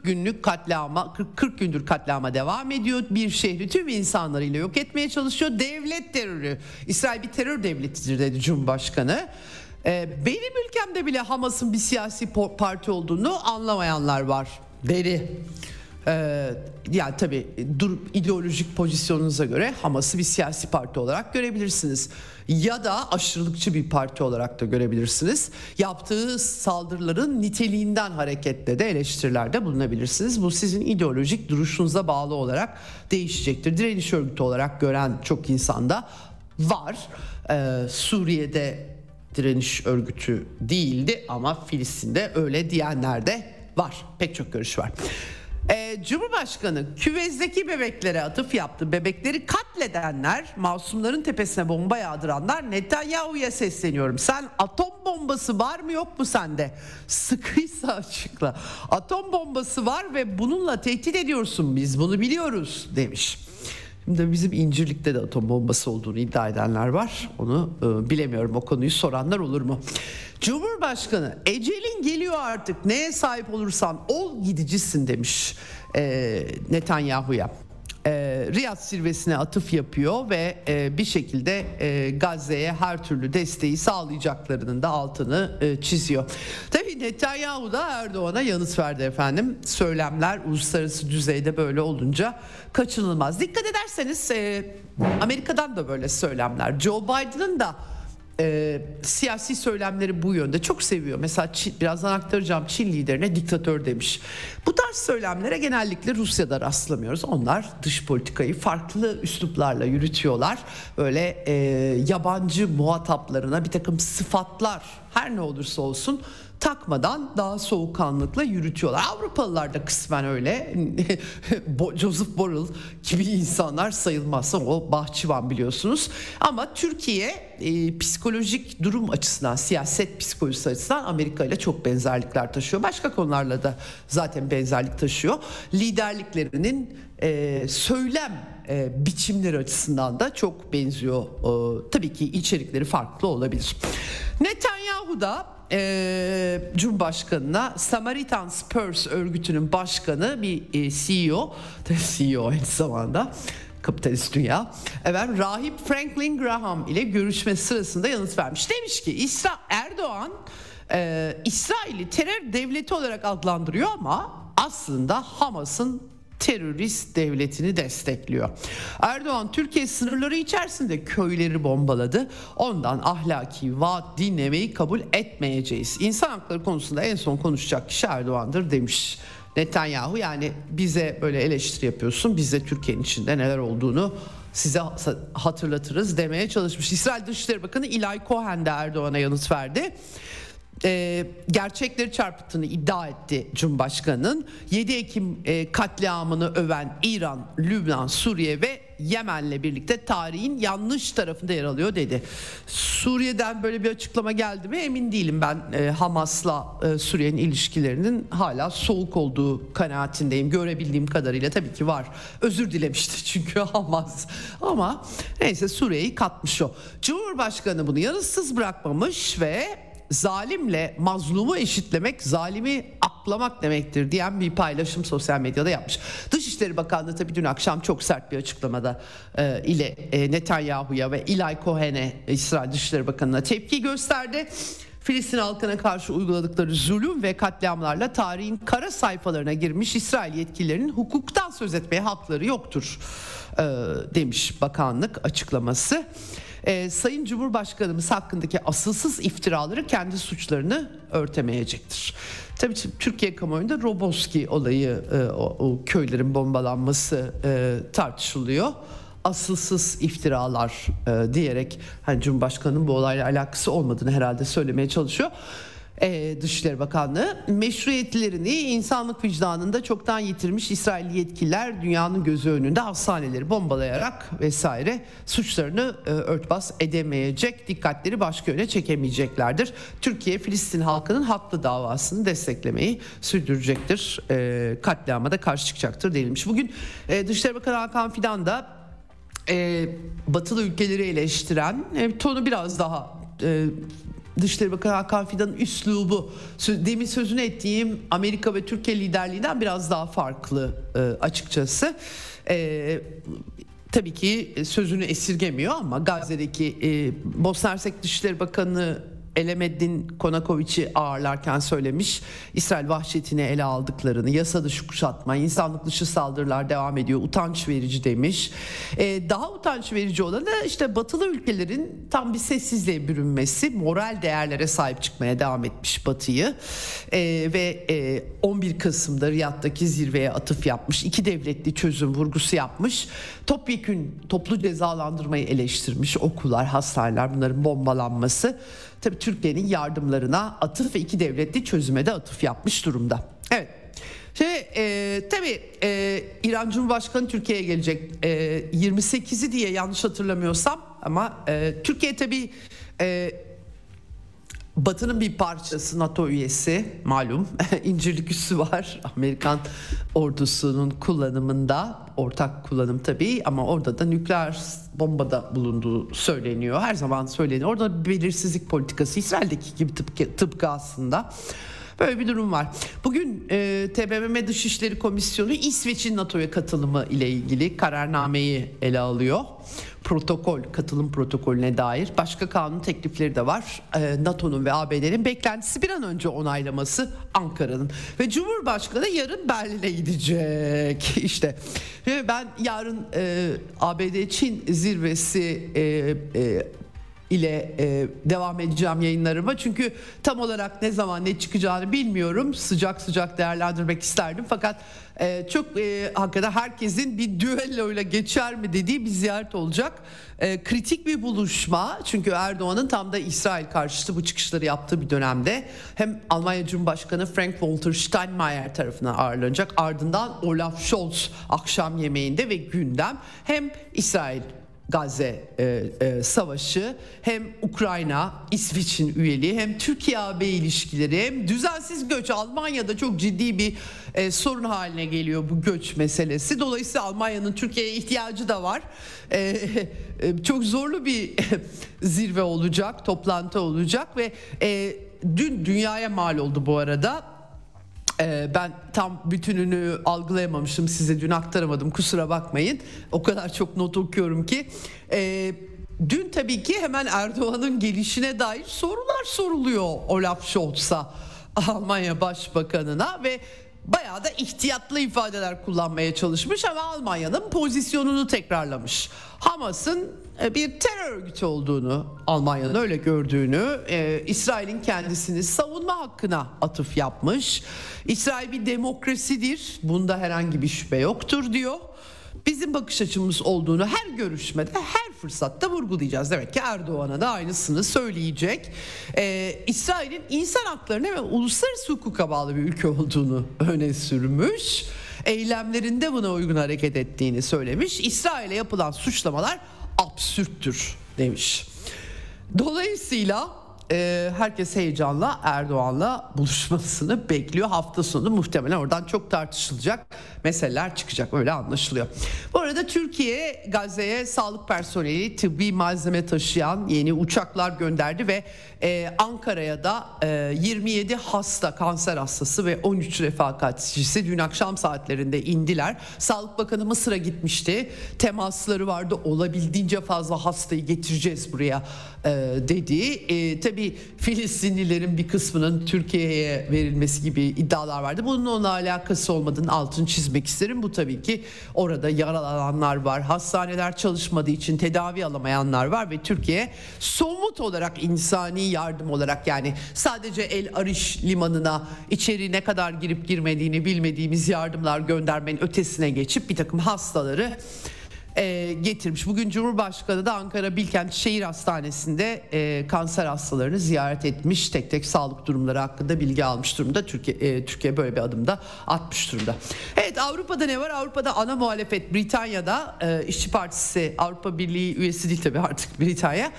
gündür katliama devam ediyor. Bir şehri tüm insanlarıyla yok etmeye çalışıyor. Devlet terörü. İsrail bir terör devletidir dedi Cumhurbaşkanı. Benim ülkemde bile Hamas'ın bir siyasi parti olduğunu anlamayanlar var dedi. Yani tabii ideolojik pozisyonunuza göre Hamas'ı bir siyasi parti olarak görebilirsiniz. Ya da aşırılıkçı bir parti olarak da görebilirsiniz. Yaptığı saldırıların niteliğinden hareketle de eleştirilerde bulunabilirsiniz. Bu sizin ideolojik duruşunuza bağlı olarak değişecektir. Direniş örgütü olarak gören çok insanda var. Suriye'de direniş örgütü değildi ama Filistin'de öyle diyenler de var. Pek çok görüş var. Cumhurbaşkanı küvezdeki bebeklere atıf yaptı. Bebekleri katledenler, masumların tepesine bomba yağdıranlar, Netanyahu'ya sesleniyorum. Sen atom bombası var mı yok mu sende? Sıkıysa açıkla. Atom bombası var ve bununla tehdit ediyorsun, biz bunu biliyoruz demiş. Şimdi bizim İncirlik'te de atom bombası olduğunu iddia edenler var. Onu bilemiyorum, o konuyu soranlar olur mu? Cumhurbaşkanı ecelin geliyor artık, neye sahip olursan ol gidicisin demiş Netanyahu'ya. Riyad zirvesine atıf yapıyor ve bir şekilde Gazze'ye her türlü desteği sağlayacaklarının da altını çiziyor. Tabii Netanyahu da Erdoğan'a yanıt verdi efendim. Söylemler uluslararası düzeyde böyle olunca kaçınılmaz. Dikkat ederseniz Amerika'dan da böyle söylemler. Joe Biden'ın da siyasi söylemleri bu yönde, çok seviyor. Mesela birazdan aktaracağım, Çin liderine diktatör demiş. Bu tarz söylemlere genellikle Rusya'da rastlamıyoruz. Onlar dış politikayı farklı üsluplarla yürütüyorlar. Böyle yabancı muhataplarına bir takım sıfatlar, her ne olursa olsun, takmadan daha soğukkanlılıkla yürütüyorlar. Avrupalılar da kısmen öyle. Joseph Borrell gibi insanlar sayılmazsa o bahçıvan, biliyorsunuz. Ama Türkiye psikolojik durum açısından, siyaset psikolojisi açısından Amerika ile çok benzerlikler taşıyor. Başka konularla da zaten benzerlik taşıyor. Liderliklerinin söylem biçimleri açısından da çok benziyor. Tabii ki içerikleri farklı olabilir. Netanyahu da Cumhurbaşkanına Samaritan Purse örgütünün başkanı, bir CEO aynı zamanda, kapitalist dünya, rahip Franklin Graham ile görüşme sırasında yanıt vermiş. Demiş ki Erdoğan İsrail'i terör devleti olarak adlandırıyor ama aslında Hamas'ın terörist devletini destekliyor. Erdoğan Türkiye sınırları içerisinde köyleri bombaladı. Ondan ahlaki vaat dinlemeyi kabul etmeyeceğiz. İnsan hakları konusunda en son konuşacak kişi Erdoğan'dır demiş Netanyahu. Yani bize böyle eleştiri yapıyorsun, biz de Türkiye'nin içinde neler olduğunu size hatırlatırız demeye çalışmış. İsrail Dışişleri Bakanı Eli Cohen de Erdoğan'a yanıt verdi. Gerçekleri çarpıttığını iddia etti Cumhurbaşkanı'nın. 7 Ekim katliamını öven İran, Lübnan, Suriye ve Yemen'le birlikte tarihin yanlış tarafında yer alıyor dedi. Suriye'den böyle bir açıklama geldi mi emin değilim ben. Hamas'la Suriye'nin ilişkilerinin hala soğuk olduğu kanaatindeyim. Görebildiğim kadarıyla tabii ki var. Özür dilemişti çünkü Hamas. Ama neyse, Suriye'yi katmış o. Cumhurbaşkanı bunu yanıtsız bırakmamış ve zalimle mazlumu eşitlemek, zalimi aklamak demektir diyen bir paylaşım sosyal medyada yapmış. Dışişleri Bakanlığı tabii dün akşam çok sert bir açıklamada Netanyahu'ya ve Eli Cohen'e, İsrail Dışişleri Bakanı'na tepki gösterdi. Filistin halkına karşı uyguladıkları zulüm ve katliamlarla tarihin kara sayfalarına girmiş İsrail yetkililerinin hukuktan söz etmeye hakları yoktur demiş bakanlık açıklaması. Sayın Cumhurbaşkanımız hakkındaki asılsız iftiraları kendi suçlarını örtemeyecektir. Tabii Türkiye kamuoyunda Roboski olayı, o köylerin bombalanması tartışılıyor. Asılsız iftiralar diyerek hani Cumhurbaşkanı'nın bu olayla alakası olmadığını herhalde söylemeye çalışıyor. Dışişleri Bakanlığı meşruiyetlerini insanlık vicdanında çoktan yitirmiş İsrailli yetkililer dünyanın gözü önünde hastaneleri bombalayarak vesaire suçlarını örtbas edemeyecek, dikkatleri başka yöne çekemeyeceklerdir. Türkiye Filistin halkının haklı davasını desteklemeyi sürdürecektir. Katliama da karşı çıkacaktır denilmiş. Bugün Dışişleri Bakanı Hakan Fidan da batılı ülkeleri eleştiren tonu biraz daha Dışişleri Bakanı Hakan Fidan'ın üslubu demin sözünü ettiğim Amerika ve Türkiye liderliğinden biraz daha farklı açıkçası. Tabii ki sözünü esirgemiyor ama Gazze'deki Bosna Hersek Dışişleri Bakanı Elemeddin Konakoviç'i ağırlarken söylemiş. İsrail vahşetini ele aldıklarını, yasa dışı kuşatma, insanlık dışı saldırılar devam ediyor. Utanç verici demiş. Daha utanç verici olanı işte batılı ülkelerin tam bir sessizliğe bürünmesi, moral değerlere sahip çıkmaya devam etmiş Batı'yı. Ve 11 Kasım'da Riyad'daki zirveye atıf yapmış. 2 devletli çözüm vurgusu yapmış. Topyekün toplu cezalandırmayı eleştirmiş. Okullar, hastaneler, bunların bombalanması. Tabii Türkiye'nin yardımlarına atıf ve 2 devletli çözüme de atıf yapmış durumda. Evet. Tabii İran Cumhurbaşkanı Türkiye'ye gelecek 28'i diye yanlış hatırlamıyorsam ama Türkiye tabii Batı'nın bir parçası, NATO üyesi malum. İncirlik üssü var Amerikan ordusunun kullanımında, ortak kullanım tabii, ama orada da nükleer bombada bulunduğu söyleniyor. Her zaman söyleniyor. Orada bir belirsizlik politikası, İsrail'deki gibi tıpkı aslında. Böyle bir durum var. Bugün TBMM Dışişleri Komisyonu İsveç'in NATO'ya katılımı ile ilgili kararnameyi ele alıyor. Katılım protokolüne dair başka kanun teklifleri de var. NATO'nun ve ABD'nin beklentisi bir an önce onaylaması Ankara'nın. Ve Cumhurbaşkanı yarın Berlin'e gidecek. İşte ben yarın ABD-Çin zirvesi ile devam edeceğim yayınlarıma. Çünkü tam olarak ne zaman ne çıkacağını bilmiyorum. Sıcak sıcak değerlendirmek isterdim. Fakat çok hakikaten herkesin bir düelloyla geçer mi dediği bir ziyaret olacak. Kritik bir buluşma. Çünkü Erdoğan'ın tam da İsrail karşıtı bu çıkışları yaptığı bir dönemde hem Almanya Cumhurbaşkanı Frank-Walter Steinmeier tarafından ağırlanacak. Ardından Olaf Scholz akşam yemeğinde ve gündem hem İsrail Gazze savaşı, hem Ukrayna, İsveç'in üyeliği, hem Türkiye-AB ilişkileri, hem düzensiz göç. Almanya'da çok ciddi bir sorun haline geliyor bu göç meselesi. Dolayısıyla Almanya'nın Türkiye'ye ihtiyacı da var. Çok zorlu bir zirve olacak, toplantı olacak ve dün dünyaya mal oldu bu arada. Ben tam bütününü algılayamamışım, size dün aktaramadım, kusura bakmayın. O kadar çok not okuyorum ki. Dün tabii ki hemen Erdoğan'ın gelişine dair sorular soruluyor Olaf Scholz'a, Almanya Başbakanı'na, ve bayağı da ihtiyatlı ifadeler kullanmaya çalışmış ama Almanya'nın pozisyonunu tekrarlamış. Hamas'ın bir terör örgütü olduğunu, Almanya'nın öyle gördüğünü, İsrail'in kendisini savunma hakkına atıf yapmış. İsrail bir demokrasidir, bunda herhangi bir şüphe yoktur diyor. Bizim bakış açımız olduğunu her görüşmede, her fırsatta vurgulayacağız. Demek ki Erdoğan'a da aynısını söyleyecek. İsrail'in insan haklarına ve uluslararası hukuka bağlı bir ülke olduğunu öne sürmüş. Eylemlerinde buna uygun hareket ettiğini söylemiş. İsrail'e yapılan suçlamalar absürttür demiş. Dolayısıyla herkes heyecanla Erdoğan'la buluşmasını bekliyor. Hafta sonu muhtemelen oradan çok tartışılacak meseleler çıkacak, öyle anlaşılıyor. Bu arada Türkiye Gazze'ye sağlık personeli, tıbbi malzeme taşıyan yeni uçaklar gönderdi ve Ankara'ya da 27 hasta, kanser hastası ve 13 refakatçisi dün akşam saatlerinde indiler. Sağlık Bakanı Mısır'a gitmişti. Temasları vardı. Olabildiğince fazla hastayı getireceğiz buraya dedi. Tabii Filistinlilerin bir kısmının Türkiye'ye verilmesi gibi iddialar vardı. Bunun onunla alakası olmadığını altını çizmek isterim. Bu tabii ki orada yaralananlar var. Hastaneler çalışmadığı için tedavi alamayanlar var ve Türkiye somut olarak insani yardım olarak, yani sadece El Arish limanına içeri ne kadar girip girmediğini bilmediğimiz yardımlar göndermenin ötesine geçip bir takım hastaları getirmiş. Bugün Cumhurbaşkanı da Ankara Bilkent Şehir Hastanesi'nde kanser hastalarını ziyaret etmiş. Tek tek sağlık durumları hakkında bilgi almış durumda. Türkiye böyle bir adım da atmış durumda. Evet, Avrupa'da ne var? Avrupa'da ana muhalefet Britanya'da İşçi Partisi, Avrupa Birliği üyesi değil tabii artık Britanya.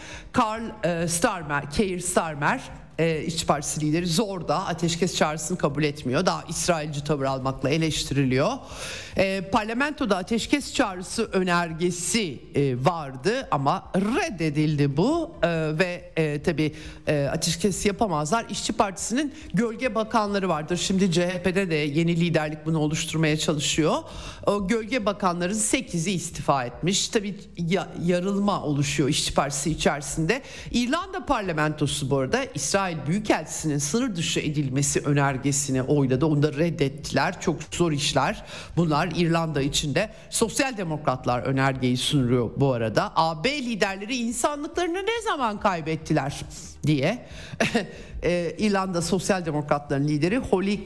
Keir Starmer İşçi Partisi lideri zorda ateşkes çağrısını kabul etmiyor. Daha İsrailci tavır almakla eleştiriliyor. Parlamentoda ateşkes çağrısı önergesi vardı ama reddedildi bu ve tabii ateşkes yapamazlar. İşçi Partisi'nin gölge bakanları vardır. Şimdi CHP'de de yeni liderlik bunu oluşturmaya çalışıyor. O gölge bakanların 8'i istifa etmiş. Tabii yarılma oluşuyor İşçi Partisi içerisinde. İrlanda parlamentosu bu arada İsrail Büyükelçisi'nin sınır dışı edilmesi önergesini oyladı. Onu da reddettiler. Çok zor işler bunlar İrlanda içinde. Sosyal Demokratlar önergeyi sunuyor bu arada. AB liderleri insanlıklarını ne zaman kaybettiler diye. İrlanda Sosyal Demokratların lideri Holly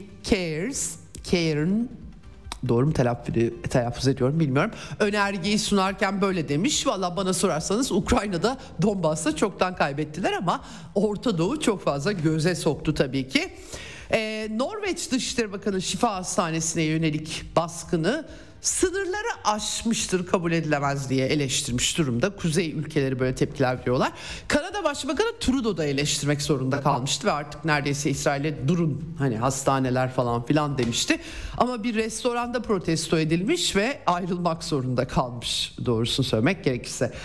Cairn, doğru mu telaffuz ediyorum bilmiyorum. Önergeyi sunarken böyle demiş. Valla bana sorarsanız Ukrayna'da Donbas'ta çoktan kaybettiler ama Orta Doğu çok fazla göze soktu tabii ki. Norveç Dışişleri Bakanı Şifa Hastanesi'ne yönelik baskını sınırları aşmıştır, kabul edilemez diye eleştirmiş durumda. Kuzey ülkeleri böyle tepkiler veriyorlar. Kanada Başbakanı Trudeau da eleştirmek zorunda kalmıştı ve artık neredeyse İsrail'e durun hani hastaneler falan filan demişti. Ama bir restoranda protesto edilmiş ve ayrılmak zorunda kalmış, doğrusunu söylemek gerekirse.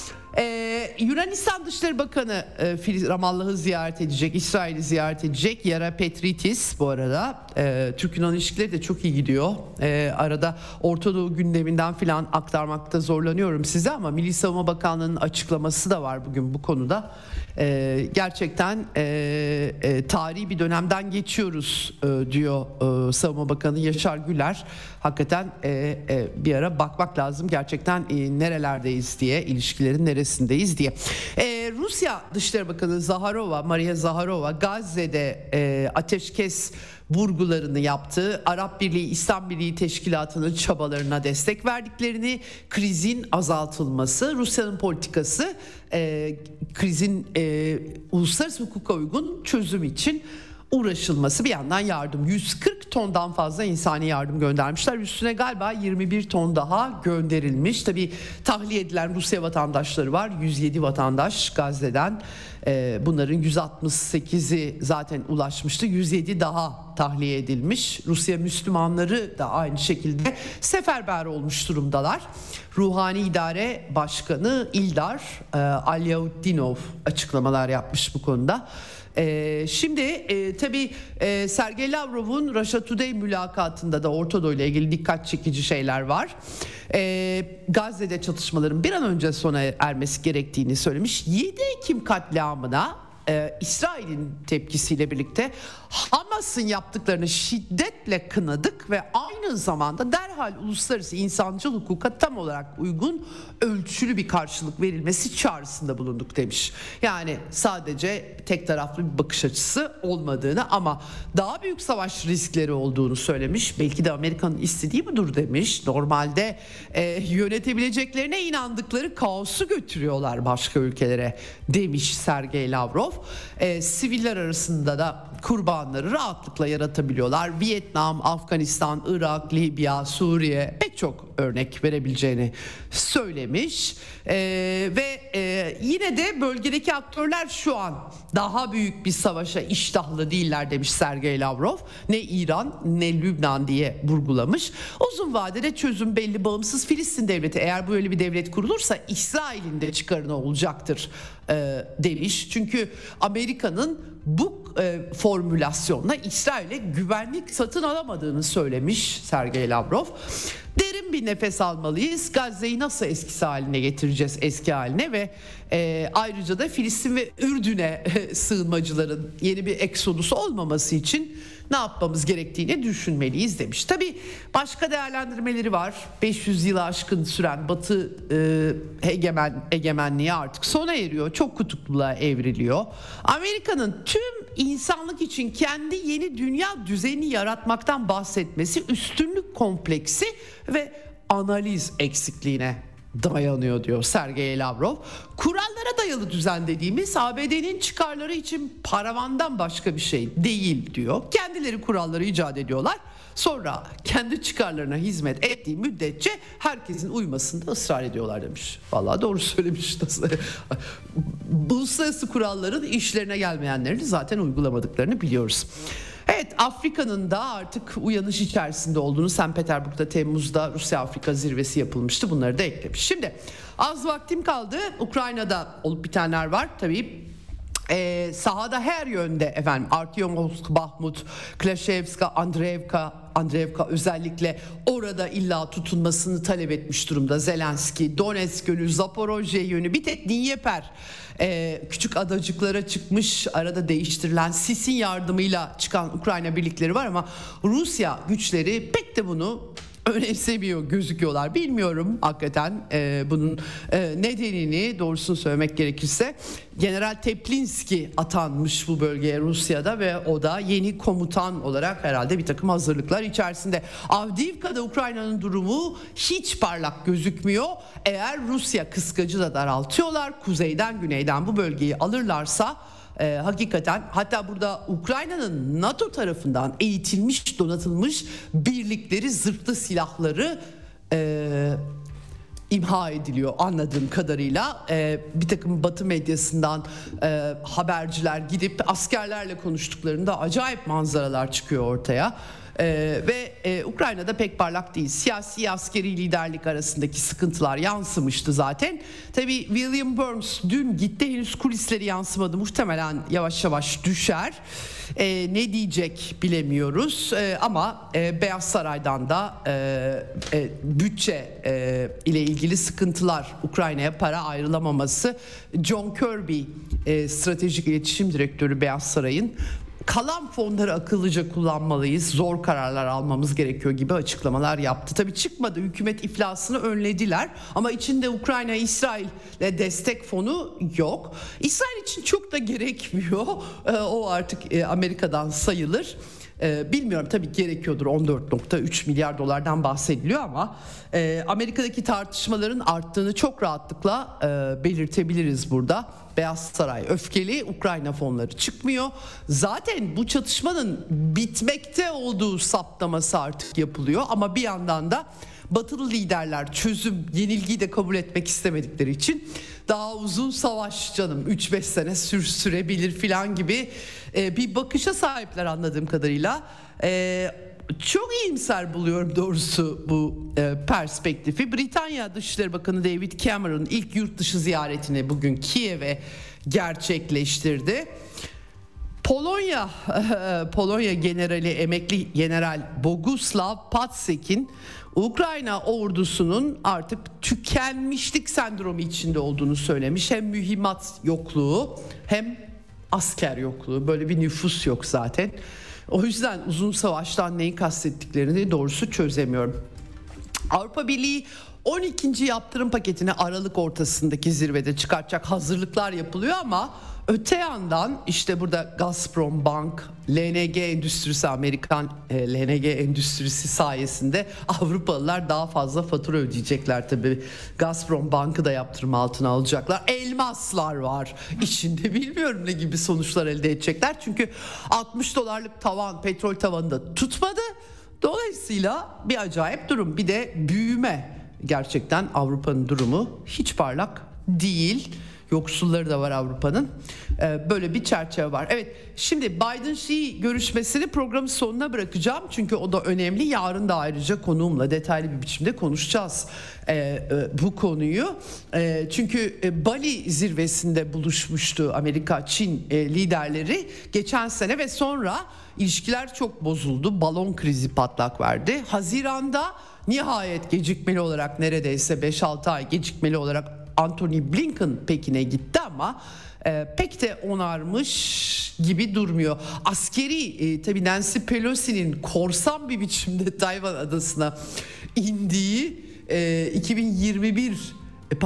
Yunanistan Dışişleri Bakanı Ramallah'ı ziyaret edecek, İsrail'i ziyaret edecek. Yara Petritis bu arada. Türk-Yunan ilişkileri de çok iyi gidiyor. Arada Orta Doğu gündeminden filan aktarmakta zorlanıyorum size ama Milli Savunma Bakanlığı'nın açıklaması da var bugün bu konuda. Gerçekten tarihi bir dönemden geçiyoruz diyor Savunma Bakanı Yaşar Güler. Hakikaten bir ara bakmak lazım gerçekten nerelerdeyiz diye, ilişkilerin neresindeyiz diye. Rusya Dışişleri Bakanı Maria Zaharova Gazze'de ateşkes vurgularını yaptı. Arap Birliği, İslam Birliği Teşkilatı'nın çabalarına destek verdiklerini, krizin azaltılması, Rusya'nın politikası krizin uluslararası hukuka uygun çözüm için uğraşılması, bir yandan yardım. 140 tondan fazla insani yardım göndermişler. Üstüne galiba 21 ton daha gönderilmiş. Tabii tahliye edilen Rusya vatandaşları var. 107 vatandaş Gazze'den. Bunların 168'i zaten ulaşmıştı. 107 daha tahliye edilmiş. Rusya Müslümanları da aynı şekilde seferber olmuş durumdalar. Ruhani İdare Başkanı İldar Alyautdinov açıklamalar yapmış bu konuda. Şimdi tabii Sergey Lavrov'un Russia Today mülakatında da Orta Doğu ile ilgili dikkat çekici şeyler var. Gazze'de çatışmaların bir an önce sona ermesi gerektiğini söylemiş. 7 Ekim katliamına İsrail'in tepkisiyle birlikte Hamas'ın yaptıklarını şiddetle kınadık ve aynı zamanda derhal uluslararası insancıl hukuka tam olarak uygun ölçülü bir karşılık verilmesi çağrısında bulunduk demiş. Yani sadece tek taraflı bir bakış açısı olmadığını ama daha büyük savaş riskleri olduğunu söylemiş. Belki de Amerika'nın istediği budur demiş. Normalde yönetebileceklerine inandıkları kaosu götürüyorlar başka ülkelere demiş Sergey Lavrov. Siviller arasında da kurbanları rahatlıkla yaratabiliyorlar. Vietnam, Afganistan, Irak, Libya, Suriye pek çok örnek verebileceğini söylemiş. Yine de bölgedeki aktörler şu an daha büyük bir savaşa iştahlı değiller demiş Sergey Lavrov. Ne İran ne Lübnan diye vurgulamış. Uzun vadede çözüm belli, bağımsız Filistin devleti, eğer böyle bir devlet kurulursa İsrail'in de çıkarına olacaktır demiş. Çünkü Amerika'nın bu formülasyonla İsrail'e güvenlik satın alamadığını söylemiş Sergey Lavrov. Derin bir nefes almalıyız. Gazze'yi nasıl eskisi haline getireceğiz, eski haline ve ayrıca da Filistin ve Ürdün'e sığınmacıların yeni bir eksodusu olmaması için ne yapmamız gerektiğini düşünmeliyiz demiş. Tabii başka değerlendirmeleri var. 500 yılı aşkın süren Batı egemenliği artık sona eriyor. Çok kutupluluğa evriliyor. Amerika'nın tüm insanlık için kendi yeni dünya düzenini yaratmaktan bahsetmesi üstünlük kompleksi ve analiz eksikliğine dayanıyor diyor Sergey Lavrov. Kurallara dayalı düzen dediğimiz ABD'nin çıkarları için paravandan başka bir şey değil diyor. Kendileri kuralları icat ediyorlar. Sonra kendi çıkarlarına hizmet ettiği müddetçe herkesin uymasında ısrar ediyorlar demiş. Vallahi doğru söylemiş. Bu uluslararası kuralların işlerine gelmeyenlerini zaten uygulamadıklarını biliyoruz. Evet, Afrika'nın da artık uyanış içerisinde olduğunu, St. Petersburg'da Temmuz'da Rusya-Afrika zirvesi yapılmıştı. Bunları da eklemiş. Şimdi az vaktim kaldı. Ukrayna'da olup bitenler var tabii. Sahada her yönde efendim Artyomovsk, Bahmut, Klashevska, Andreevka özellikle orada illa tutunmasını talep etmiş durumda Zelenski. Donetsk yönü, Zaporojye yönü, bir tek Dnyeper küçük adacıklara çıkmış, arada değiştirilen sisin yardımıyla çıkan Ukrayna birlikleri var ama Rusya güçleri pek de bunu önemsemiyor gözüküyorlar. Bilmiyorum hakikaten bunun nedenini, doğrusunu söylemek gerekirse. General Teplinski atanmış bu bölgeye Rusya'da ve o da yeni komutan olarak herhalde bir takım hazırlıklar içerisinde. Avdiivka'da Ukrayna'nın durumu hiç parlak gözükmüyor. Eğer Rusya kıskacı da daraltıyorlar, kuzeyden güneyden bu bölgeyi alırlarsa hakikaten, hatta burada Ukrayna'nın NATO tarafından eğitilmiş, donatılmış birlikleri, zırhlı silahları imha ediliyor anladığım kadarıyla. Bir takım Batı medyasından haberciler gidip askerlerle konuştuklarında acayip manzaralar çıkıyor ortaya. Ve Ukrayna'da pek parlak değil. Siyasi askeri liderlik arasındaki sıkıntılar yansımıştı zaten. Tabii William Burns dün gitti, henüz kulisleri yansımadı. Muhtemelen yavaş yavaş düşer. Ne diyecek bilemiyoruz. Ama Beyaz Saray'dan da bütçe ile ilgili sıkıntılar, Ukrayna'ya para ayrılamaması. John Kirby, stratejik iletişim direktörü Beyaz Saray'ın, kalan fonları akıllıca kullanmalıyız, zor kararlar almamız gerekiyor gibi açıklamalar yaptı. Tabii çıkmadı, hükümet iflasını önlediler ama içinde Ukrayna, İsrail'le destek fonu yok. İsrail için çok da gerekmiyor, o artık Amerika'dan sayılır. Bilmiyorum, tabii gerekiyordur, 14.3 milyar dolardan bahsediliyor ama Amerika'daki tartışmaların arttığını çok rahatlıkla belirtebiliriz burada. Beyaz Saray öfkeli, Ukrayna fonları çıkmıyor. Zaten bu çatışmanın bitmekte olduğu saptaması artık yapılıyor ama bir yandan da Batılı liderler çözüm, yenilgiyi de kabul etmek istemedikleri için daha uzun savaş canım 3-5 sene sürebilir filan gibi bir bakışa sahipler anladığım kadarıyla. Çok iyimser buluyorum doğrusu bu perspektifi. Britanya Dışişleri Bakanı David Cameron ilk yurt dışı ziyaretini bugün Kiev'e gerçekleştirdi. Polonya generali, emekli general Bogusław Pacek'in Ukrayna ordusunun artık tükenmişlik sendromu içinde olduğunu söylemiş. Hem mühimmat yokluğu hem asker yokluğu, böyle bir nüfus yok zaten. O yüzden uzun savaştan neyi kastettiklerini doğrusu çözemiyorum. Avrupa Birliği 12. yaptırım paketini Aralık ortasındaki zirvede çıkartacak hazırlıklar yapılıyor ama öte yandan işte burada Gazprom Bank, LNG endüstrisi, Amerikan LNG endüstrisi sayesinde Avrupalılar daha fazla fatura ödeyecekler tabii. Gazprom Bank'ı da yaptırım altına alacaklar. Elmaslar var içinde, bilmiyorum ne gibi sonuçlar elde edecekler. Çünkü 60 dolarlık tavan, petrol tavanı da tutmadı. Dolayısıyla bir acayip durum. Bir de büyüme. Gerçekten Avrupa'nın durumu hiç parlak değil. Yoksulları da var Avrupa'nın. Böyle bir çerçeve var. Evet, şimdi Biden-Xi görüşmesini programın sonuna bırakacağım. Çünkü o da önemli. Yarın da ayrıca konuğumla detaylı bir biçimde konuşacağız bu konuyu. Çünkü Bali zirvesinde buluşmuştu Amerika-Çin liderleri geçen sene ve sonra ilişkiler çok bozuldu. Balon krizi patlak verdi. Haziran'da nihayet gecikmeli olarak, neredeyse 5-6 ay gecikmeli olarak Antony Blinken Pekin'e gitti ama pek de onarmış gibi durmuyor. Askeri tabii Nancy Pelosi'nin korsan bir biçimde Tayvan adasına indiği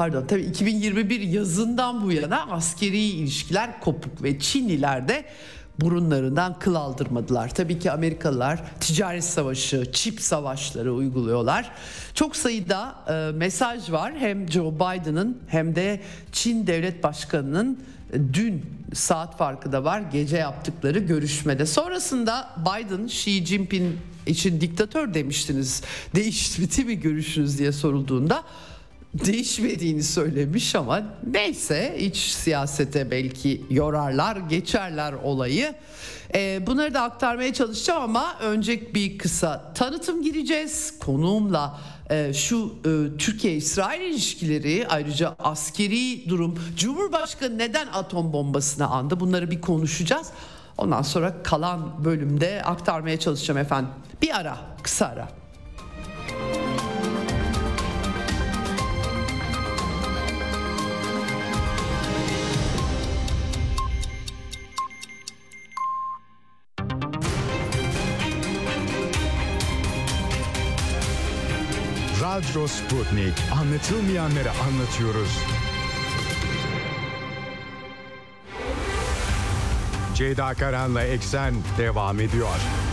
2021 yazından bu yana askeri ilişkiler kopuk ve Çinliler de burunlarından kıl aldırmadılar. Tabii ki Amerikalılar ticaret savaşı, çip savaşları uyguluyorlar. Çok sayıda mesaj var. Hem Joe Biden'ın hem de Çin Devlet Başkanı'nın dün saat farkı da var gece yaptıkları görüşmede. Sonrasında Biden Xi Jinping için diktatör demiştiniz. Değişti mi görüşünüz diye sorulduğunda değişmediğini söylemiş ama neyse iç siyasete belki yorarlar geçerler olayı. Bunları da aktarmaya çalışacağım ama önce bir kısa tanıtım gireceğiz konuğumla. Şu Türkiye-İsrail ilişkileri, ayrıca askeri durum, Cumhurbaşkanı neden atom bombasını andı, bunları bir konuşacağız. Ondan sonra kalan bölümde aktarmaya çalışacağım efendim. Bir ara, kısa ara. Radyo Sputnik. Anlatılmayanları anlatıyoruz. Ceyda Karan'la Eksen devam ediyor.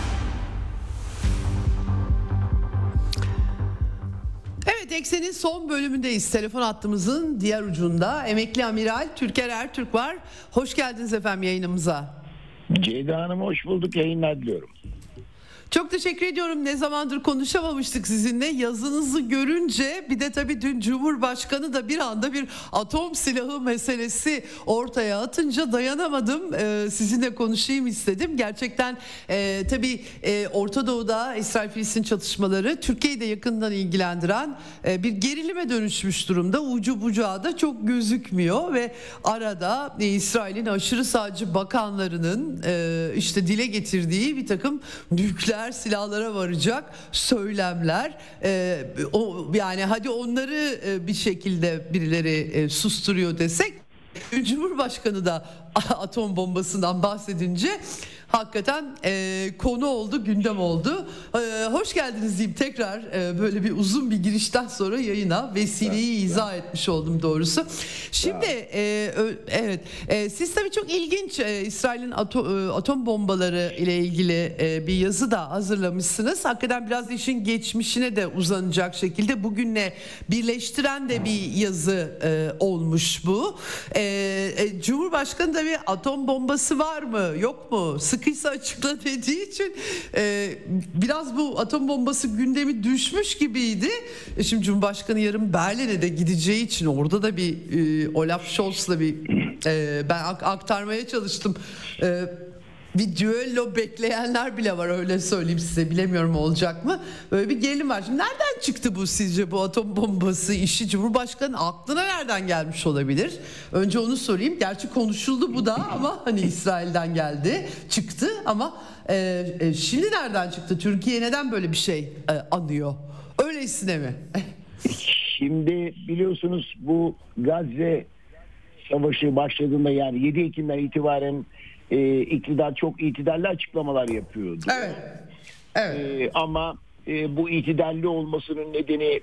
Evet, Eksen'in son bölümündeyiz. Telefon hattımızın diğer ucunda emekli amiral Türker Ertürk var. Hoş geldiniz efendim yayınımıza. Ceyda Hanım hoş bulduk, yayınlar diliyorum. Çok teşekkür ediyorum. Ne zamandır konuşamamıştık sizinle. Yazınızı görünce bir de tabii dün Cumhurbaşkanı da bir anda bir atom silahı meselesi ortaya atınca dayanamadım. Sizinle konuşayım istedim. Gerçekten tabii Orta Doğu'da İsrail-Filistin çatışmaları Türkiye'yi de yakından ilgilendiren bir gerilime dönüşmüş durumda. Ucu bucağı da çok gözükmüyor ve arada İsrail'in aşırı sağcı bakanlarının işte dile getirdiği bir takım nükleer silahlara varacak söylemler, yani hadi onları bir şekilde birileri susturuyor desek, Cumhurbaşkanı da atom bombasından bahsedince hakikaten konu oldu, gündem oldu. Hoş geldiniz diyeyim tekrar, böyle bir uzun bir girişten sonra yayına vesileyi izah etmiş oldum doğrusu. Şimdi evet, siz tabii çok ilginç İsrail'in atom bombaları ile ilgili bir yazı da hazırlamışsınız. Hakikaten biraz işin geçmişine de uzanacak şekilde bugünle birleştiren de bir yazı olmuş bu. Cumhurbaşkanı da bir atom bombası var mı yok mu sıkıysa açıkla dediği için biraz bu atom bombası gündemi düşmüş gibiydi. Şimdi Cumhurbaşkanı yarın Berlin'e de gideceği için orada da bir Olaf Scholz'la bir ben aktarmaya çalıştım. Bir düello bekleyenler bile var, öyle söyleyeyim size, bilemiyorum olacak mı. Böyle bir gerilim var. Şimdi nereden çıktı bu sizce, bu atom bombası işi? Cumhurbaşkanı aklına nereden gelmiş olabilir? Önce onu sorayım. Gerçi konuşuldu bu da ama hani İsrail'den geldi, çıktı ama şimdi nereden çıktı? Türkiye neden böyle bir şey anıyor? Öylesine mi? Şimdi biliyorsunuz bu Gazze Savaşı başladığında, yani 7 Ekim'den itibaren iktidar çok itidalli açıklamalar yapıyordu. Evet. Evet. Ama bu itidalli olmasının nedeni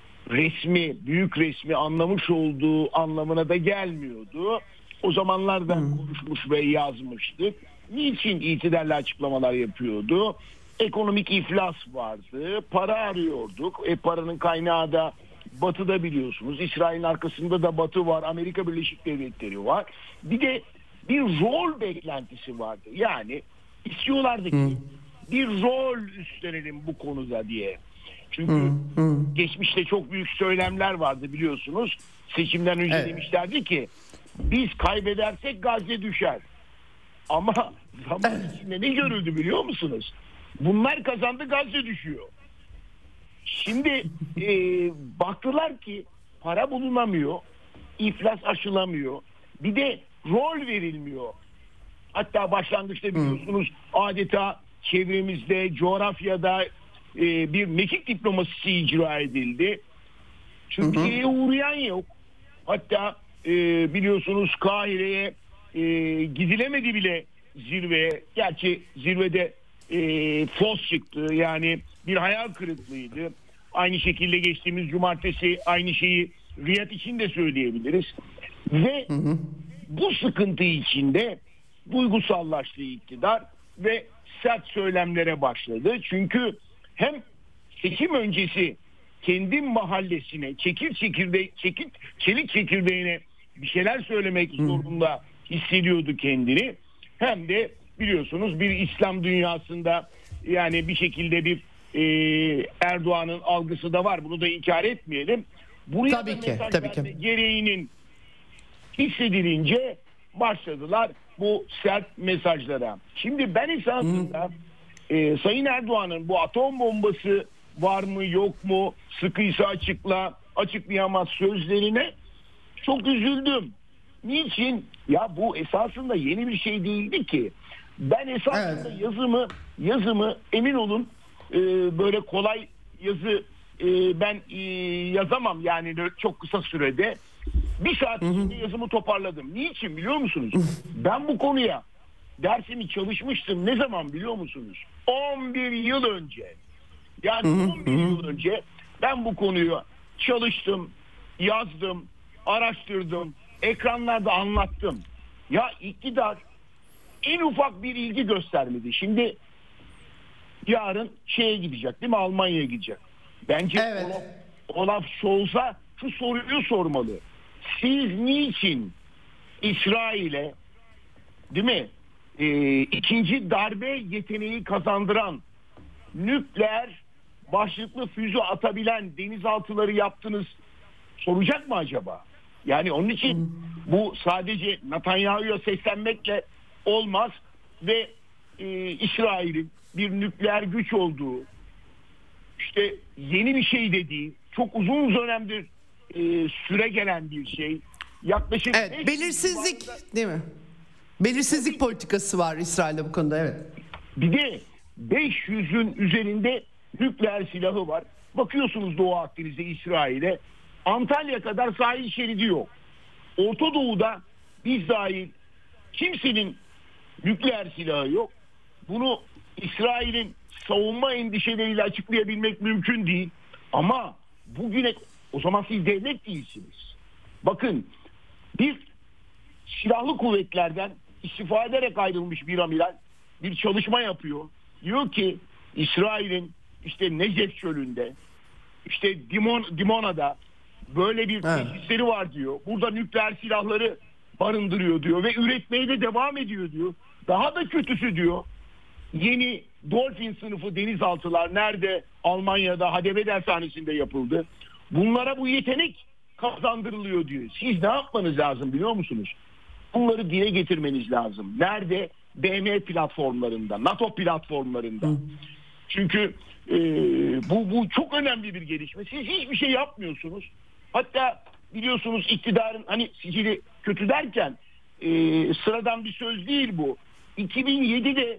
büyük resmi anlamış olduğu anlamına da gelmiyordu. O zamanlardan konuşmuş ve yazmıştık. Niçin itidalli açıklamalar yapıyordu? Ekonomik iflas vardı. Para arıyorduk. Paranın kaynağı da Batı'da biliyorsunuz. İsrail'in arkasında da Batı var. Amerika Birleşik Devletleri var. Bir de bir rol beklentisi vardı. Yani istiyorlardı ki bir rol üstlenelim bu konuda diye. Çünkü geçmişte çok büyük söylemler vardı biliyorsunuz. Seçimden önce demişlerdi ki biz kaybedersek Gazze düşer. Ama zaman içinde ne görüldü biliyor musunuz? Bunlar kazandı, Gazze düşüyor. Şimdi baktılar ki para bulunamıyor, iflas aşılamıyor, bir de rol verilmiyor. Hatta başlangıçta biliyorsunuz adeta çevremizde, coğrafyada bir mekik diplomasisi icra edildi. Türkiye'ye uğrayan yok. Hatta biliyorsunuz Kahire'ye gidilemedi bile zirveye. Gerçi zirvede fos çıktı. Yani bir hayal kırıklığıydı. Aynı şekilde geçtiğimiz cumartesi aynı şeyi Riyad için de söyleyebiliriz. Ve bu sıkıntı içinde duygusallaştı iktidar ve sert söylemlere başladı. Çünkü hem seçim öncesi kendi mahallesine çelik çekirdeğine bir şeyler söylemek zorunda hissediyordu kendini. Hem de biliyorsunuz bir İslam dünyasında yani bir şekilde bir Erdoğan'ın algısı da var. Bunu da inkar etmeyelim. Buraya Tabii da ki, mesaj tabii ki. verme gereğinin hissedilince başladılar bu sert mesajlara. Şimdi ben esasında Sayın Erdoğan'ın bu atom bombası var mı yok mu, sıkıysa açıkla, açıklayamaz sözlerine çok üzüldüm. Niçin? Ya bu esasında yeni bir şey değildi ki. Ben esasında yazımı emin olun böyle kolay yazı ben yazamam yani çok kısa sürede. Bir saat içinde yazımı toparladım. Niçin biliyor musunuz? Ben bu konuya dersimi çalışmıştım. Ne zaman biliyor musunuz? 11 yıl önce. Yani 11 yıl önce ben bu konuyu çalıştım, yazdım, araştırdım, ekranlarda anlattım. Ya iktidar en ufak bir ilgi göstermedi. Şimdi yarın şeye gidecek değil mi? Almanya'ya gidecek. Bence Evet. Olaf Scholz'a şu soruyu sormalı. Siz niçin İsrail'e değil mi? İkinci darbe yeteneği kazandıran nükleer başlıklı füze atabilen denizaltıları yaptınız soracak mı acaba? Yani onun için bu sadece Netanyahu'ya seslenmekle olmaz ve İsrail'in bir nükleer güç olduğu işte yeni bir şey dediği çok uzun dönemdir süre gelen bir şey. Yaklaşık Evet, belirsizlik değil mi? Belirsizlik politikası var İsrail'de bu konuda, evet. Bir de 500'ün üzerinde nükleer silahı var. Bakıyorsunuz Doğu Akdeniz'de İsrail'e. Antalya kadar sahil şeridi yok. Orta Doğu'da biz dahil kimsenin nükleer silahı yok. Bunu İsrail'in savunma endişeleriyle açıklayabilmek mümkün değil. Ama bugüne o zaman siz devlet değilsiniz. Bakın bir silahlı kuvvetlerden istifa ederek ayrılmış bir amiral bir çalışma yapıyor. Diyor ki İsrail'in işte Necef çölünde işte Dimona'da böyle bir tesisleri var diyor. Burada nükleer silahları barındırıyor diyor ve üretmeye de devam ediyor diyor. Daha da kötüsü diyor. Yeni Dolphin sınıfı denizaltılar nerede? Almanya'da HDP dershanesinde yapıldı. Bunlara bu yetenek kazandırılıyor diyor. Siz ne yapmanız lazım biliyor musunuz? Bunları dile getirmeniz lazım. Nerede? BM platformlarında, NATO platformlarında. Çünkü bu çok önemli bir gelişme. Siz hiçbir şey yapmıyorsunuz. Hatta biliyorsunuz iktidarın hani sicili kötü derken sıradan bir söz değil bu. 2007'de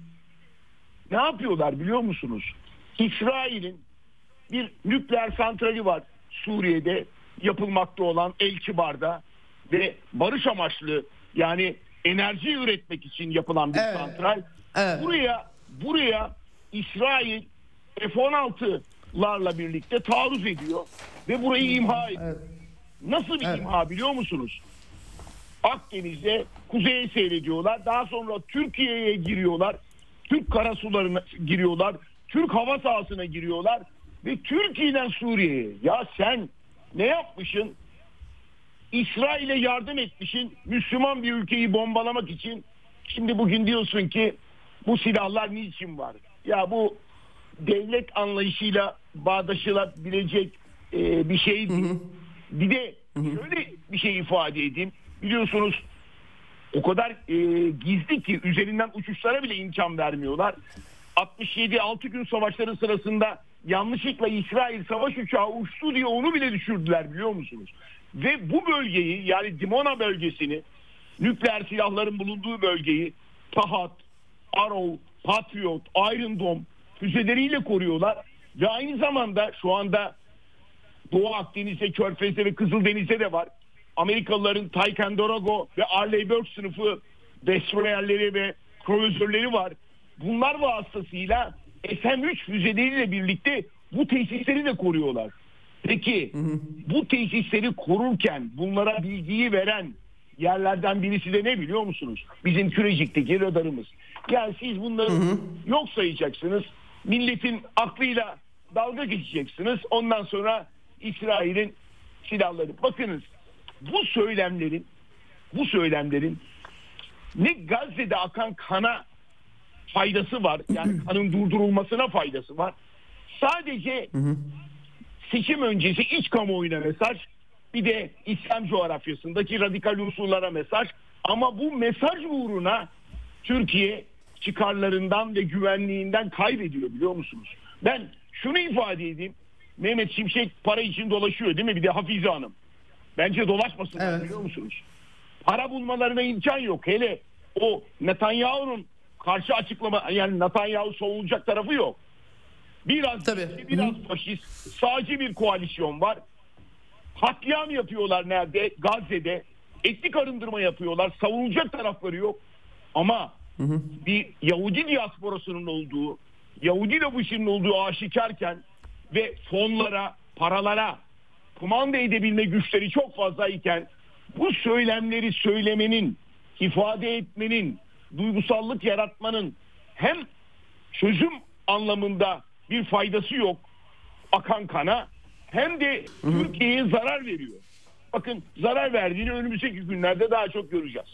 ne yapıyorlar biliyor musunuz? İsrail'in bir nükleer santrali var Suriye'de yapılmakta olan El Kibar'da ve barış amaçlı yani enerji üretmek için yapılan bir santral. Evet. Buraya İsrail F-16'larla birlikte taarruz ediyor ve burayı imha ediyor. Evet. Nasıl bir imha biliyor musunuz? Akdeniz'de kuzeye seyrediyorlar. Daha sonra Türkiye'ye giriyorlar. Türk karasularına giriyorlar. Türk hava sahasına giriyorlar. Ve Türkiye'den Suriye'ye. Ya sen ne yapmışsın? İsrail'e yardım etmişsin. Müslüman bir ülkeyi bombalamak için. Şimdi bugün diyorsun ki bu silahlar niçin var? Ya bu devlet anlayışıyla bağdaşılabilecek bir şey değil. Bir de şöyle bir şey ifade edeyim. Biliyorsunuz o kadar gizli ki üzerinden uçuşlara bile imkan vermiyorlar. 67 6 gün savaşları sırasında yanlışlıkla İsrail savaş uçağı uçtu diye onu bile düşürdüler biliyor musunuz? Ve bu bölgeyi yani Dimona bölgesini nükleer silahların bulunduğu bölgeyi Tahat, Arrow, Patriot, Iron Dome füzeleriyle koruyorlar. Ve aynı zamanda şu anda Doğu Akdeniz'de, Körfez'de ve Kızıldeniz'de de var. Amerikalıların Ticonderoga ve Arleigh Burke sınıfı destroyerleri ve kruvazörleri var. Bunlar vasıtasıyla SM-3 füzeleriyle birlikte bu tesisleri de koruyorlar. Peki bu tesisleri korurken bunlara bilgiyi veren yerlerden birisi de ne biliyor musunuz? Bizim Kürecik'teki radarımız. Yani siz bunları yok sayacaksınız. Milletin aklıyla dalga geçeceksiniz. Ondan sonra İsrail'in silahları. Bakınız bu söylemlerin ne Gazze'de akan kana faydası var. Yani kanın durdurulmasına faydası var. Sadece seçim öncesi iç kamuoyuna mesaj, bir de İslam coğrafyasındaki radikal unsurlara mesaj. Ama bu mesaj uğruna Türkiye çıkarlarından ve güvenliğinden kaybediyor, biliyor musunuz? Ben şunu ifade edeyim. Mehmet Şimşek para için dolaşıyor değil mi? Bir de Hafize Hanım. Bence dolaşmasınlar, evet. Biliyor musunuz? Para bulmalarına imkan yok. Hele o Netanyahu'nun karşı açıklama, yani Netanyahu savunulacak tarafı yok. Biraz faşist, sağcı bir koalisyon var. Katliam yapıyorlar nerede? Gazze'de. Etnik arındırma yapıyorlar. Savunulacak tarafları yok. Ama bir Yahudi diasporasının olduğu, Yahudi lobisinin olduğu aşikarken ve fonlara, paralara kumanda edebilme güçleri çok fazlayken bu söylemleri söylemenin, ifade etmenin, duygusallık yaratmanın hem çözüm anlamında bir faydası yok akan kana, hem de Türkiye'ye zarar veriyor. Bakın zarar verdiğini önümüzdeki günlerde daha çok göreceğiz.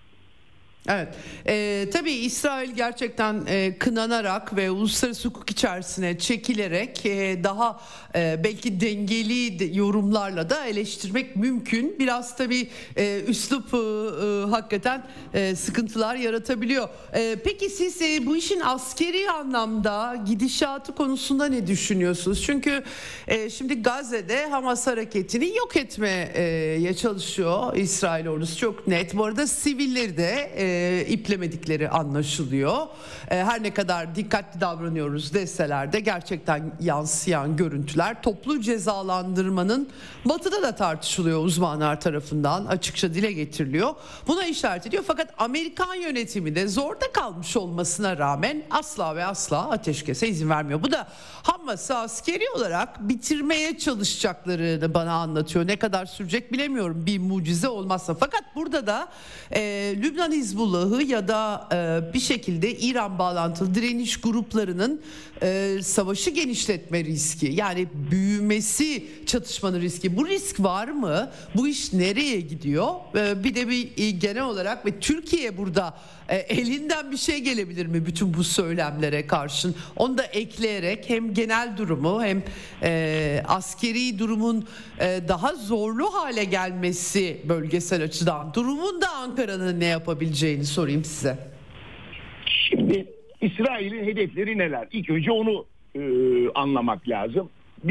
Evet, tabii İsrail gerçekten kınanarak ve uluslararası hukuk içerisine çekilerek daha belki dengeli yorumlarla da eleştirmek mümkün. Biraz tabii üslup hakikaten sıkıntılar yaratabiliyor. Peki siz bu işin askeri anlamda gidişatı konusunda ne düşünüyorsunuz? Çünkü şimdi Gazze'de Hamas hareketini yok etmeye çalışıyor İsrail ordusu, çok net. Bu arada sivilleri de iplemedikleri anlaşılıyor. Her ne kadar dikkatli davranıyoruz deseler de gerçekten yansıyan görüntüler toplu cezalandırmanın Batı'da da tartışılıyor, uzmanlar tarafından açıkça dile getiriliyor. Buna işaret ediyor, fakat Amerikan yönetimi de zorda kalmış olmasına rağmen asla ve asla ateşkese izin vermiyor. Bu da Hamas'ı askeri olarak bitirmeye çalışacaklarını bana anlatıyor. Ne kadar sürecek bilemiyorum, bir mucize olmazsa. Fakat burada da Lübnan Hizbullah'ı ya da bir şekilde İran bağlantılı direniş gruplarının savaşı genişletme riski, yani büyümesi, çatışmanın riski. Bu risk var mı? Bu iş nereye gidiyor? Bir de bir genel olarak ve Türkiye burada elinden bir şey gelebilir mi bütün bu söylemlere karşın? Onu da ekleyerek hem genel durumu hem askeri durumun daha zorlu hale gelmesi bölgesel açıdan, durumun da Ankara'nın ne yapabileceğini sorayım size. Şimdi İsrail'in hedefleri neler? İlk önce onu anlamak lazım.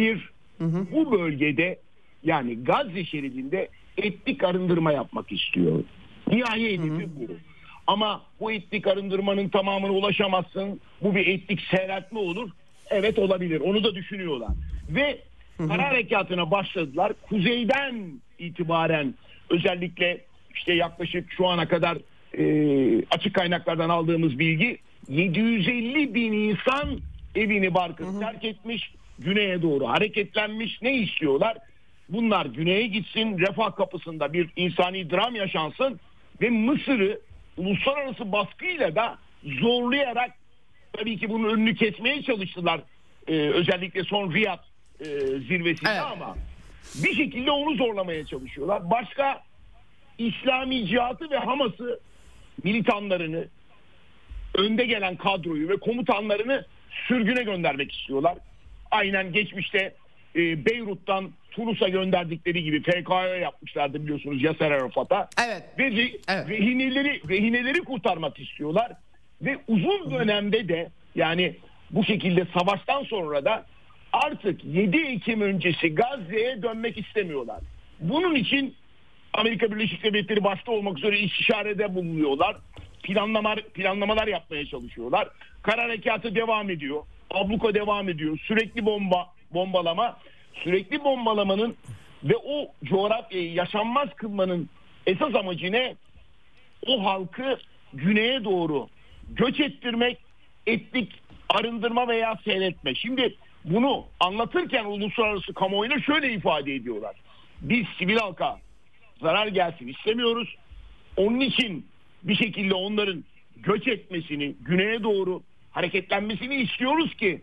Bu bölgede, yani Gazze şeridinde etnik arındırma yapmak istiyor. Nihai hedefi bu. Ama bu etnik arındırmanın tamamına ulaşamazsın. Bu bir etnik seyreltme olur. Evet, olabilir. Onu da düşünüyorlar. Ve kara harekatına başladılar. Kuzeyden itibaren, özellikle işte yaklaşık şu ana kadar açık kaynaklardan aldığımız bilgi, 750 bin insan evini barkını terk etmiş, güneye doğru hareketlenmiş. Ne istiyorlar? Bunlar güneye gitsin, refah kapısında bir insani dram yaşansın ve Mısır'ı uluslararası baskıyla da zorlayarak, tabii ki bunun önünü kesmeye çalıştılar. Özellikle son Riyad zirvesinde, evet. Ama bir şekilde onu zorlamaya çalışıyorlar. Başka, İslami Cihat'ı ve Hamas'ı, militanlarını, önde gelen kadroyu ve komutanlarını sürgüne göndermek istiyorlar. Aynen geçmişte Beyrut'tan Tunus'a gönderdikleri gibi PKK'ya yapmışlardı, biliyorsunuz, Yasser Arafat'a. Evet. Ve rehineleri kurtarmak istiyorlar. Ve uzun dönemde de, yani bu şekilde savaştan sonra da artık 7 Ekim öncesi Gazze'ye dönmek istemiyorlar. Bunun için Amerika Birleşik Devletleri başta olmak üzere istişarede bulunuyorlar. Planlamalar yapmaya çalışıyorlar. Kara harekatı devam ediyor. Abluka devam ediyor. Sürekli bombalama. Sürekli bombalamanın ve o coğrafyayı yaşanmaz kılmanın esas amacı ne? O halkı güneye doğru göç ettirmek, etnik arındırma veya seyretme. Şimdi bunu anlatırken uluslararası kamuoyuna şöyle ifade ediyorlar. Biz sivil halka zarar gelsin istemiyoruz. Onun için bir şekilde onların göç etmesini, güneye doğru hareketlenmesini istiyoruz ki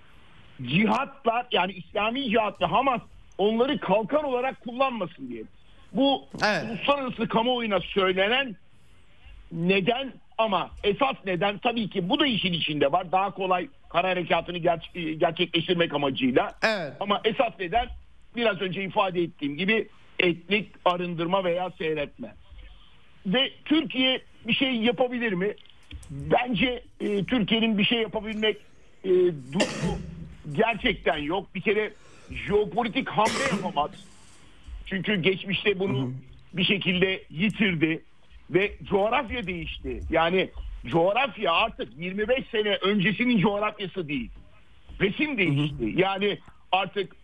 cihatlar, yani İslami cihat ve Hamas onları kalkan olarak kullanmasın diye. Bu uluslararası kamuoyuna söylenen neden, ama esas neden tabii ki bu da işin içinde var. Daha kolay kara harekatını gerçekleştirmek amacıyla. Evet. Ama esas neden biraz önce ifade ettiğim gibi etnik arındırma veya seyretme. Ve Türkiye bir şey yapabilir mi? Bence Türkiye'nin bir şey yapabilmek durumu gerçekten yok. Bir kere jeopolitik hamle yapamaz. Çünkü geçmişte bunu bir şekilde yitirdi ve coğrafya değişti. Yani coğrafya artık 25 sene öncesinin coğrafyası değil. Resim değişti. Yani artık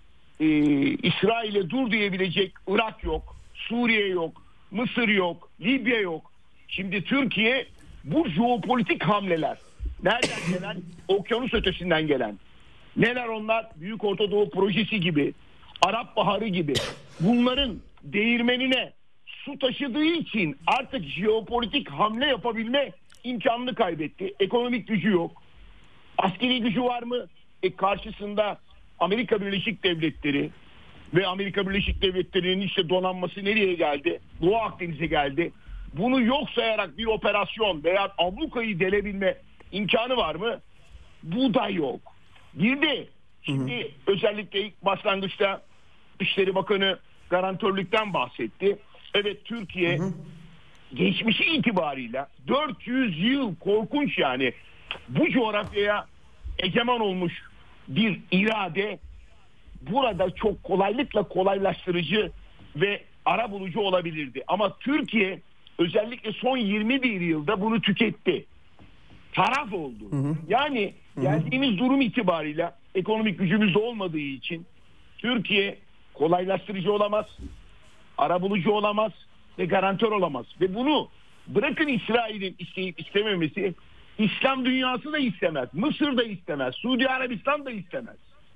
İsrail'e dur diyebilecek Irak yok, Suriye yok, Mısır yok, Libya yok. Şimdi Türkiye bu jeopolitik hamleler, nereden gelen? Okyanus ötesinden gelen. Neler onlar? Büyük Orta Doğu Projesi gibi, Arap Baharı gibi. Bunların değirmenine su taşıdığı için artık jeopolitik hamle yapabilme imkanını kaybetti. Ekonomik gücü yok. Askeri gücü var mı? Karşısında Amerika Birleşik Devletleri ve Amerika Birleşik Devletleri'nin işte donanması nereye geldi? Doğu Akdeniz'e geldi. Bunu yok sayarak bir operasyon veya ablukayı delebilme imkanı var mı? Bu da yok. Bir de şimdi özellikle ilk başlangıçta İçişleri Bakanı garantörlükten bahsetti. Evet, Türkiye geçmişi itibarıyla 400 yıl korkunç, yani bu coğrafyaya egemen olmuş bir irade burada çok kolaylıkla kolaylaştırıcı ve arabulucu olabilirdi. Ama Türkiye özellikle son 21 yılda bunu tüketti. Taraf oldu. Yani geldiğimiz durum itibarıyla ekonomik gücümüz de olmadığı için Türkiye kolaylaştırıcı olamaz, arabulucu olamaz ve garantör olamaz. Ve bunu bırakın İsrail'in isteyip istememesi, İslam dünyası da istemez, Mısır da istemez, Suudi Arabistan da istemez.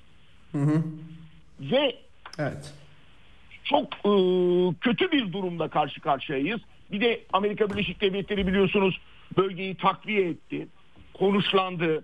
Ve çok kötü bir durumda karşı karşıyayız. Bir de Amerika Birleşik Devletleri biliyorsunuz bölgeyi takviye etti, konuşlandı.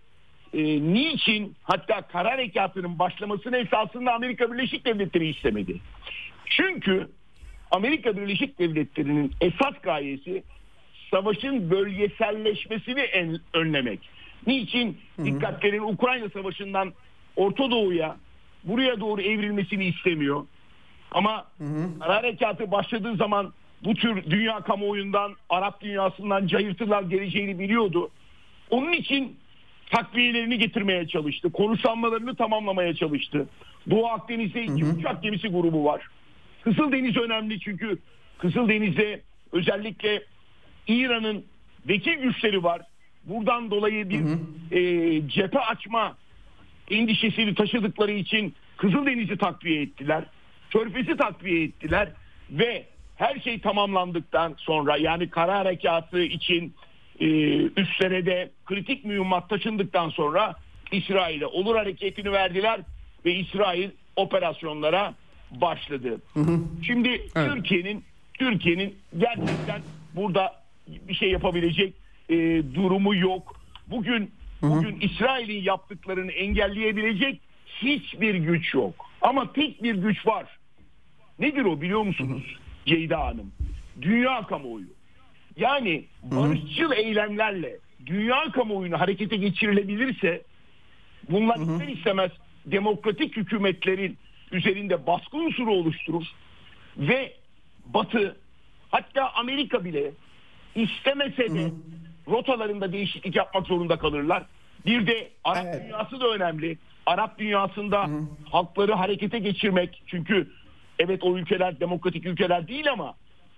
Niçin? Hatta kara harekatının başlamasını esasında Amerika Birleşik Devletleri istemedi. Çünkü Amerika Birleşik Devletleri'nin esas gayesi savaşın bölgeselleşmesini önlemek. Niçin? Dikkatlerin Ukrayna Savaşı'ndan Orta Doğu'ya, buraya doğru evrilmesini istemiyor. Ama kara harekatı başladığı zaman bu tür dünya kamuoyundan, Arap dünyasından cayırtılar geleceğini biliyordu. Onun için takviyelerini getirmeye çalıştı. Konuşlanmalarını tamamlamaya çalıştı. Doğu Akdeniz'de 2 uçak gemisi grubu var. Kızıldeniz önemli çünkü Kızıldeniz'de özellikle İran'ın vekil güçleri var. Buradan dolayı bir cephe açma endişesini taşıdıkları için Kızıldeniz'i takviye ettiler. Körfez'i takviye ettiler ve her şey tamamlandıktan sonra, yani kara harekatı için üstlere de kritik mühimmat taşındıktan sonra İsrail'e olur hareketini verdiler ve İsrail operasyonlara başladı. Şimdi Türkiye'nin gerçekten burada bir şey yapabilecek durumu yok. Bugün İsrail'in yaptıklarını engelleyebilecek hiçbir güç yok. Ama tek bir güç var. Nedir o biliyor musunuz Ceyda Hanım? Dünya kamuoyu. Yani barışçıl eylemlerle dünya kamuoyunu harekete geçirilebilirse bunlar ister istemez demokratik hükümetlerin üzerinde baskı unsuru oluşturur ve Batı, hatta Amerika bile istemese de rotalarında değişiklik yapmak zorunda kalırlar. Bir de Arap dünyası da önemli. Arap dünyasında halkları harekete geçirmek, çünkü evet o ülkeler demokratik ülkeler değil ama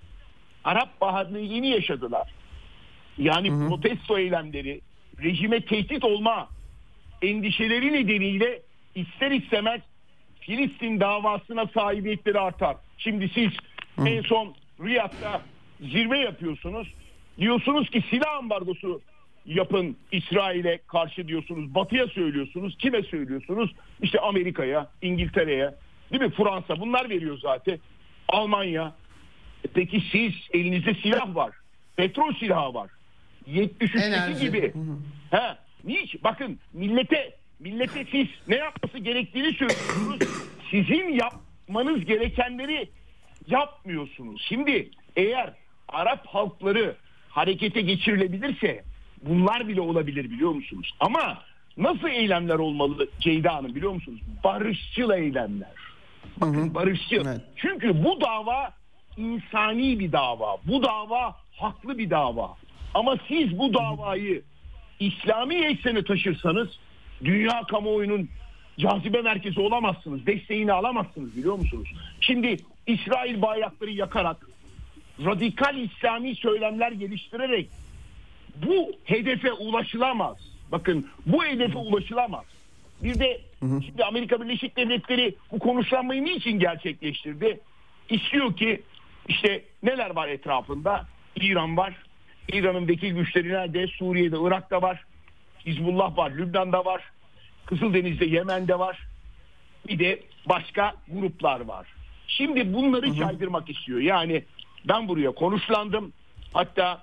Arap Baharı'nı yeni yaşadılar. Yani protesto eylemleri, rejime tehdit olma endişeleri nedeniyle ister istemez Filistin davasına sahibiyetleri artar. Şimdi siz en son Riyad'da zirve yapıyorsunuz. Diyorsunuz ki silah ambargosu yapın İsrail'e karşı diyorsunuz. Batı'ya söylüyorsunuz. Kime söylüyorsunuz? İşte Amerika'ya, İngiltere'ye, değil mi? Fransa, bunlar veriyor zaten. Almanya. Peki siz, elinizde silah var. petrol silahı var. 73'teki gibi. Niçin? Bakın millete siz ne yapması gerektiğini söylüyorsunuz. Sizin yapmanız gerekenleri yapmıyorsunuz. Şimdi eğer Arap halkları harekete geçirilebilirse bunlar bile olabilir, biliyor musunuz? Ama nasıl eylemler olmalı Ceyda Hanım, biliyor musunuz? Barışçıl eylemler. Bakın, barışçıl. Evet. Çünkü bu dava insani bir dava. Bu dava haklı bir dava. Ama siz bu davayı İslami eksene taşırsanız dünya kamuoyunun cazibe merkezi olamazsınız. Desteğini alamazsınız, biliyor musunuz? Şimdi İsrail bayrakları yakarak, radikal İslami söylemler geliştirerek bu hedefe ulaşılamaz. Bakın, bu hedefe ulaşılamaz. Bir de şimdi Amerika Birleşik Devletleri bu konuşlanmayı niçin gerçekleştirdi? İstiyor ki işte neler var etrafında? İran var. İran'ın vekil güçleri nerede? Suriye'de, Irak'ta var. Hizbullah var, Lübnan'da var. Kızıldeniz'de, Yemen'de var. Bir de başka gruplar var. Şimdi bunları caydırmak istiyor. Yani ben buraya konuşlandım. Hatta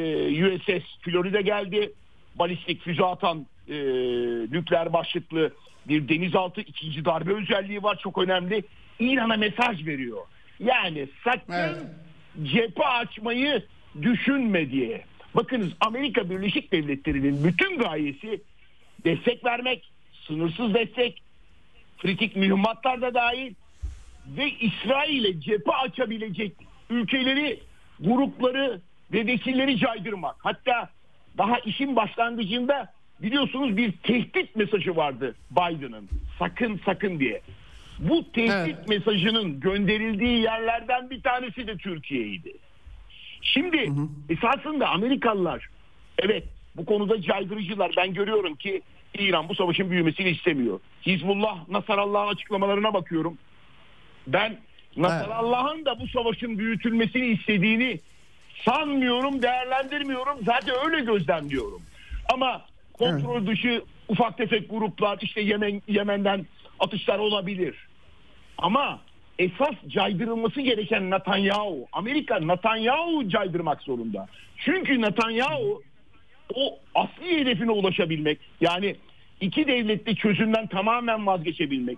USS Florida geldi. Balistik füze atan nükleer başlıklı bir denizaltı, ikinci darbe özelliği var, çok önemli. İran'a mesaj veriyor. Yani sakın cephe açmayı düşünme diye. Bakınız, Amerika Birleşik Devletleri'nin bütün gayesi destek vermek, sınırsız destek, kritik mühimmatlar da dahil ve İsrail'e cephe açabilecek ülkeleri, grupları ve vekilleri caydırmak. Hatta daha işin başlangıcında biliyorsunuz bir tehdit mesajı vardı Biden'ın. Sakın diye. Bu tehdit mesajının gönderildiği yerlerden bir tanesi de Türkiye'ydi. Şimdi esasında Amerikalılar evet bu konuda caydırıcılar. Ben görüyorum ki İran bu savaşın büyümesini istemiyor. Hizbullah, Nasrallah'ın açıklamalarına bakıyorum. Ben Nasrallah'ın da bu savaşın büyütülmesini istediğini sanmıyorum, değerlendirmiyorum. Zaten öyle gözlemliyorum. Ama kontrol dışı ufak tefek gruplar, işte Yemen'den atışlar olabilir. Ama esas caydırılması gereken Netanyahu. Amerika Netanyahu caydırmak zorunda. Çünkü Netanyahu o asli hedefine ulaşabilmek, yani iki devletli çözümden tamamen vazgeçebilmek,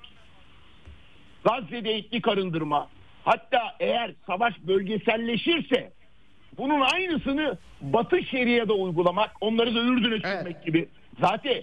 Gazze'de etnik arındırma, hatta eğer savaş bölgeselleşirse bunun aynısını Batı Şeria'da uygulamak, onları da Ürdün'e sürmek gibi. Zaten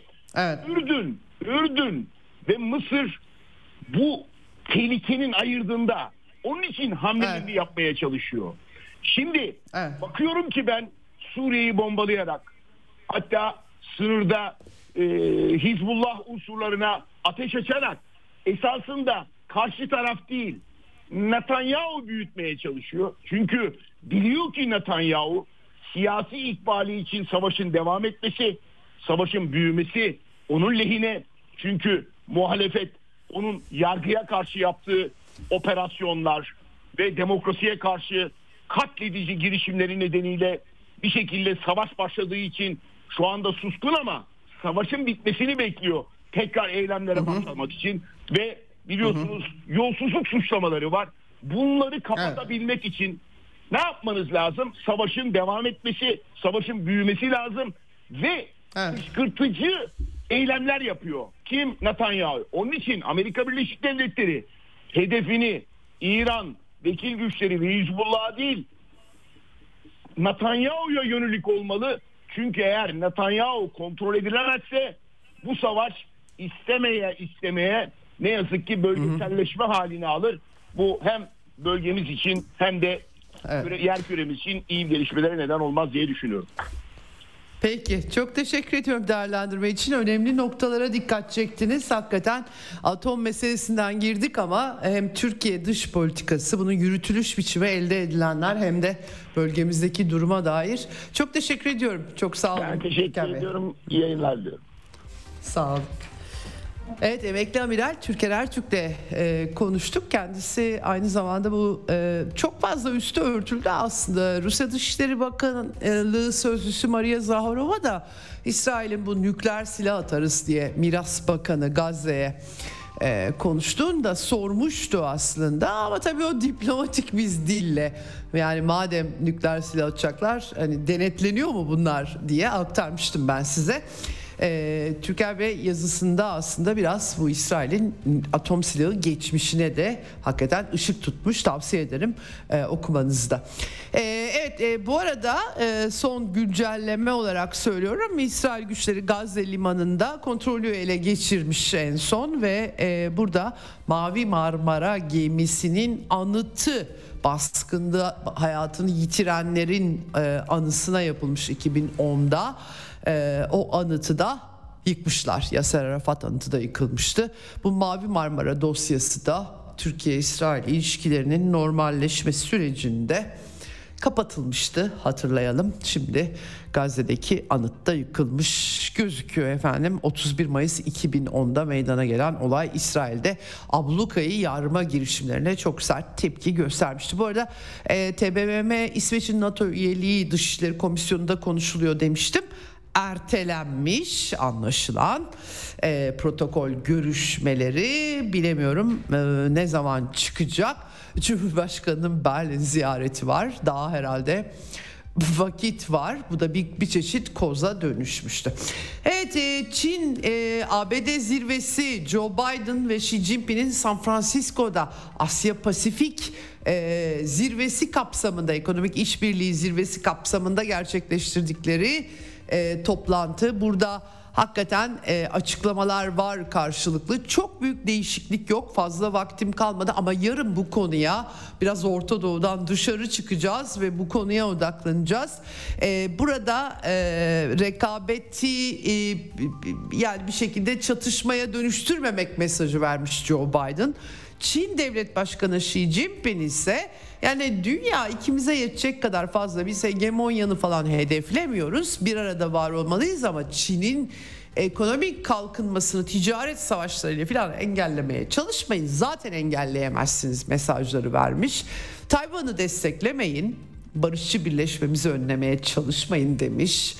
Ürdün ve Mısır bu tehlikenin ayırdığında, onun için hamlelerini yapmaya çalışıyor. Şimdi bakıyorum ki ben Suriye'yi bombalayarak, hatta sınırda Hizbullah unsurlarına ateş açarak esasında karşı taraf değil Netanyahu büyütmeye çalışıyor. Çünkü biliyor ki Netanyahu siyasi ikbali için savaşın devam etmesi, savaşın büyümesi onun lehine. Çünkü muhalefet onun yargıya karşı yaptığı operasyonlar ve demokrasiye karşı katledici girişimleri nedeniyle bir şekilde savaş başladığı için şu anda suskun, ama savaşın bitmesini bekliyor tekrar eylemlere başlamak için. Ve biliyorsunuz yolsuzluk suçlamaları var. Bunları kapatabilmek için ne yapmanız lazım? Savaşın devam etmesi, savaşın büyümesi lazım ve kışkırtıcı eylemler yapıyor. Kim? Netanyahu. Onun için Amerika Birleşik Devletleri hedefini İran, vekil güçleri ve Hizbullah değil Netanyahu'ya yönelik olmalı. Çünkü eğer Netanyahu kontrol edilemezse bu savaş istemeye ne yazık ki bölgeselleşme halini alır. Bu hem bölgemiz için hem de yer küremiz için iyi gelişmelere neden olmaz diye düşünüyorum. Peki, çok teşekkür ediyorum değerlendirme için. Önemli noktalara dikkat çektiniz. Hakikaten atom meselesinden girdik ama hem Türkiye dış politikası, bunun yürütülüş biçimi, elde edilenler hem de bölgemizdeki duruma dair. Çok teşekkür ediyorum. Çok sağ olun. Ben teşekkür ediyorum. İyi yayınlar diliyorum. Sağ olun. Evet, emekli amiral Türker Ertürk'le konuştuk. Kendisi aynı zamanda bu çok fazla üstü örtüldü aslında. Rusya Dışişleri Bakanlığı Sözcüsü Maria Zaharova da İsrail'in bu nükleer silah atarız diye Miras Bakanı Gazze'ye konuştuğunda sormuştu aslında, ama tabii o diplomatik bir dille, yani madem nükleer silah atacaklar hani denetleniyor mu bunlar diye aktarmıştım ben size. Türker Bey yazısında aslında biraz bu İsrail'in atom silahı geçmişine de hakikaten ışık tutmuş, tavsiye ederim okumanızı da. Evet, bu arada son güncelleme olarak söylüyorum, İsrail güçleri Gazze limanında kontrolü ele geçirmiş en son ve burada Mavi Marmara gemisinin anıtı, baskında hayatını yitirenlerin anısına yapılmış 2010'da. O anıtı da yıkmışlar. Yasser Arafat anıtı da yıkılmıştı. Bu Mavi Marmara dosyası da Türkiye-İsrail ilişkilerinin normalleşme sürecinde kapatılmıştı, hatırlayalım. Şimdi Gazze'deki anıt da yıkılmış gözüküyor efendim. 31 Mayıs 2010'da meydana gelen olay İsrail'de ablukayı yarma girişimlerine çok sert tepki göstermişti. Bu arada TBMM İsveç'in NATO üyeliği Dışişleri Komisyonu'nda konuşuluyor demiştim. Ertelenmiş anlaşılan protokol görüşmeleri, bilemiyorum ne zaman çıkacak. Cumhurbaşkanının Berlin ziyareti var, daha herhalde vakit var. Bu da bir çeşit koza dönüşmüştü. Evet, Çin ABD zirvesi Joe Biden ve Xi Jinping'in San Francisco'da Asya Pasifik zirvesi kapsamında, ekonomik işbirliği zirvesi kapsamında gerçekleştirdikleri toplantı. Burada hakikaten açıklamalar var karşılıklı. Çok büyük değişiklik yok. Fazla vaktim kalmadı ama yarın bu konuya biraz Orta Doğu'dan dışarı çıkacağız ve bu konuya odaklanacağız. Burada rekabeti yani bir şekilde çatışmaya dönüştürmemek mesajı vermiş Joe Biden. Çin Devlet Başkanı Xi Jinping ise yani dünya ikimize yetecek kadar fazla, biz hegemonyanı falan hedeflemiyoruz. Bir arada var olmalıyız ama Çin'in ekonomik kalkınmasını ticaret savaşlarıyla falan engellemeye çalışmayın. Zaten engelleyemezsiniz mesajları vermiş. Tayvan'ı desteklemeyin, barışçı birleşmemizi önlemeye çalışmayın demiş.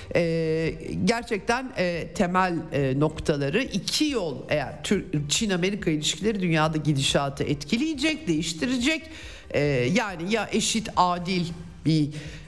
Gerçekten temel noktaları, iki yol, eğer Çin-Amerika ilişkileri dünyada gidişatı etkileyecek, değiştirecek. Yani ya eşit, adil bir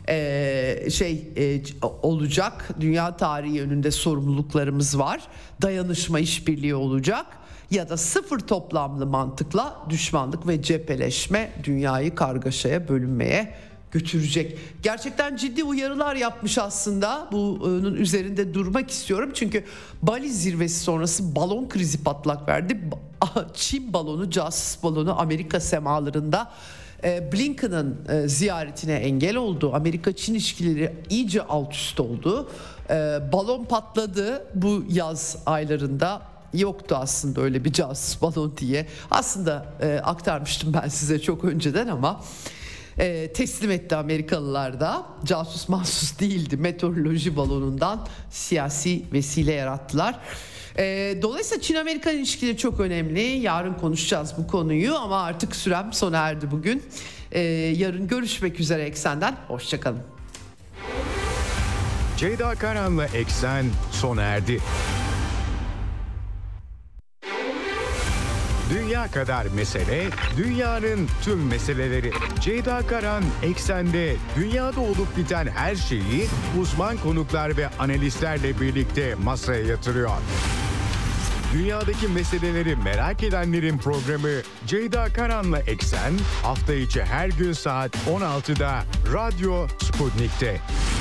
olacak, dünya tarihi önünde sorumluluklarımız var, dayanışma, işbirliği olacak, ya da sıfır toplamlı mantıkla düşmanlık ve cepheleşme dünyayı kargaşaya, bölünmeye götürecek. Gerçekten ciddi uyarılar yapmış aslında. Bunun üzerinde durmak istiyorum. Çünkü Bali zirvesi sonrası balon krizi patlak verdi. Çin balonu, casus balonu Amerika semalarında Blinken'ın ziyaretine engel oldu. Amerika-Çin ilişkileri iyice alt üst oldu. Balon patladı bu yaz aylarında. Yoktu aslında öyle bir casus balon diye. Aslında aktarmıştım ben size çok önceden ama teslim etti Amerikalılar da. Casus mahsus değildi. Meteoroloji balonundan siyasi vesile yarattılar. Dolayısıyla Çin-Amerika ilişkileri çok önemli. Yarın konuşacağız bu konuyu ama artık sürem sona erdi bugün. Yarın görüşmek üzere Eksen'den. Hoşçakalın. Ceyda Karan'la Eksen sona erdi. Dünya kadar mesele, dünyanın tüm meseleleri. Ceyda Karan Eksen'de dünyada olup biten her şeyi uzman konuklar ve analistlerle birlikte masaya yatırıyor. Dünyadaki meseleleri merak edenlerin programı Ceyda Karan'la Eksen hafta içi her gün saat 16'da Radyo Sputnik'te.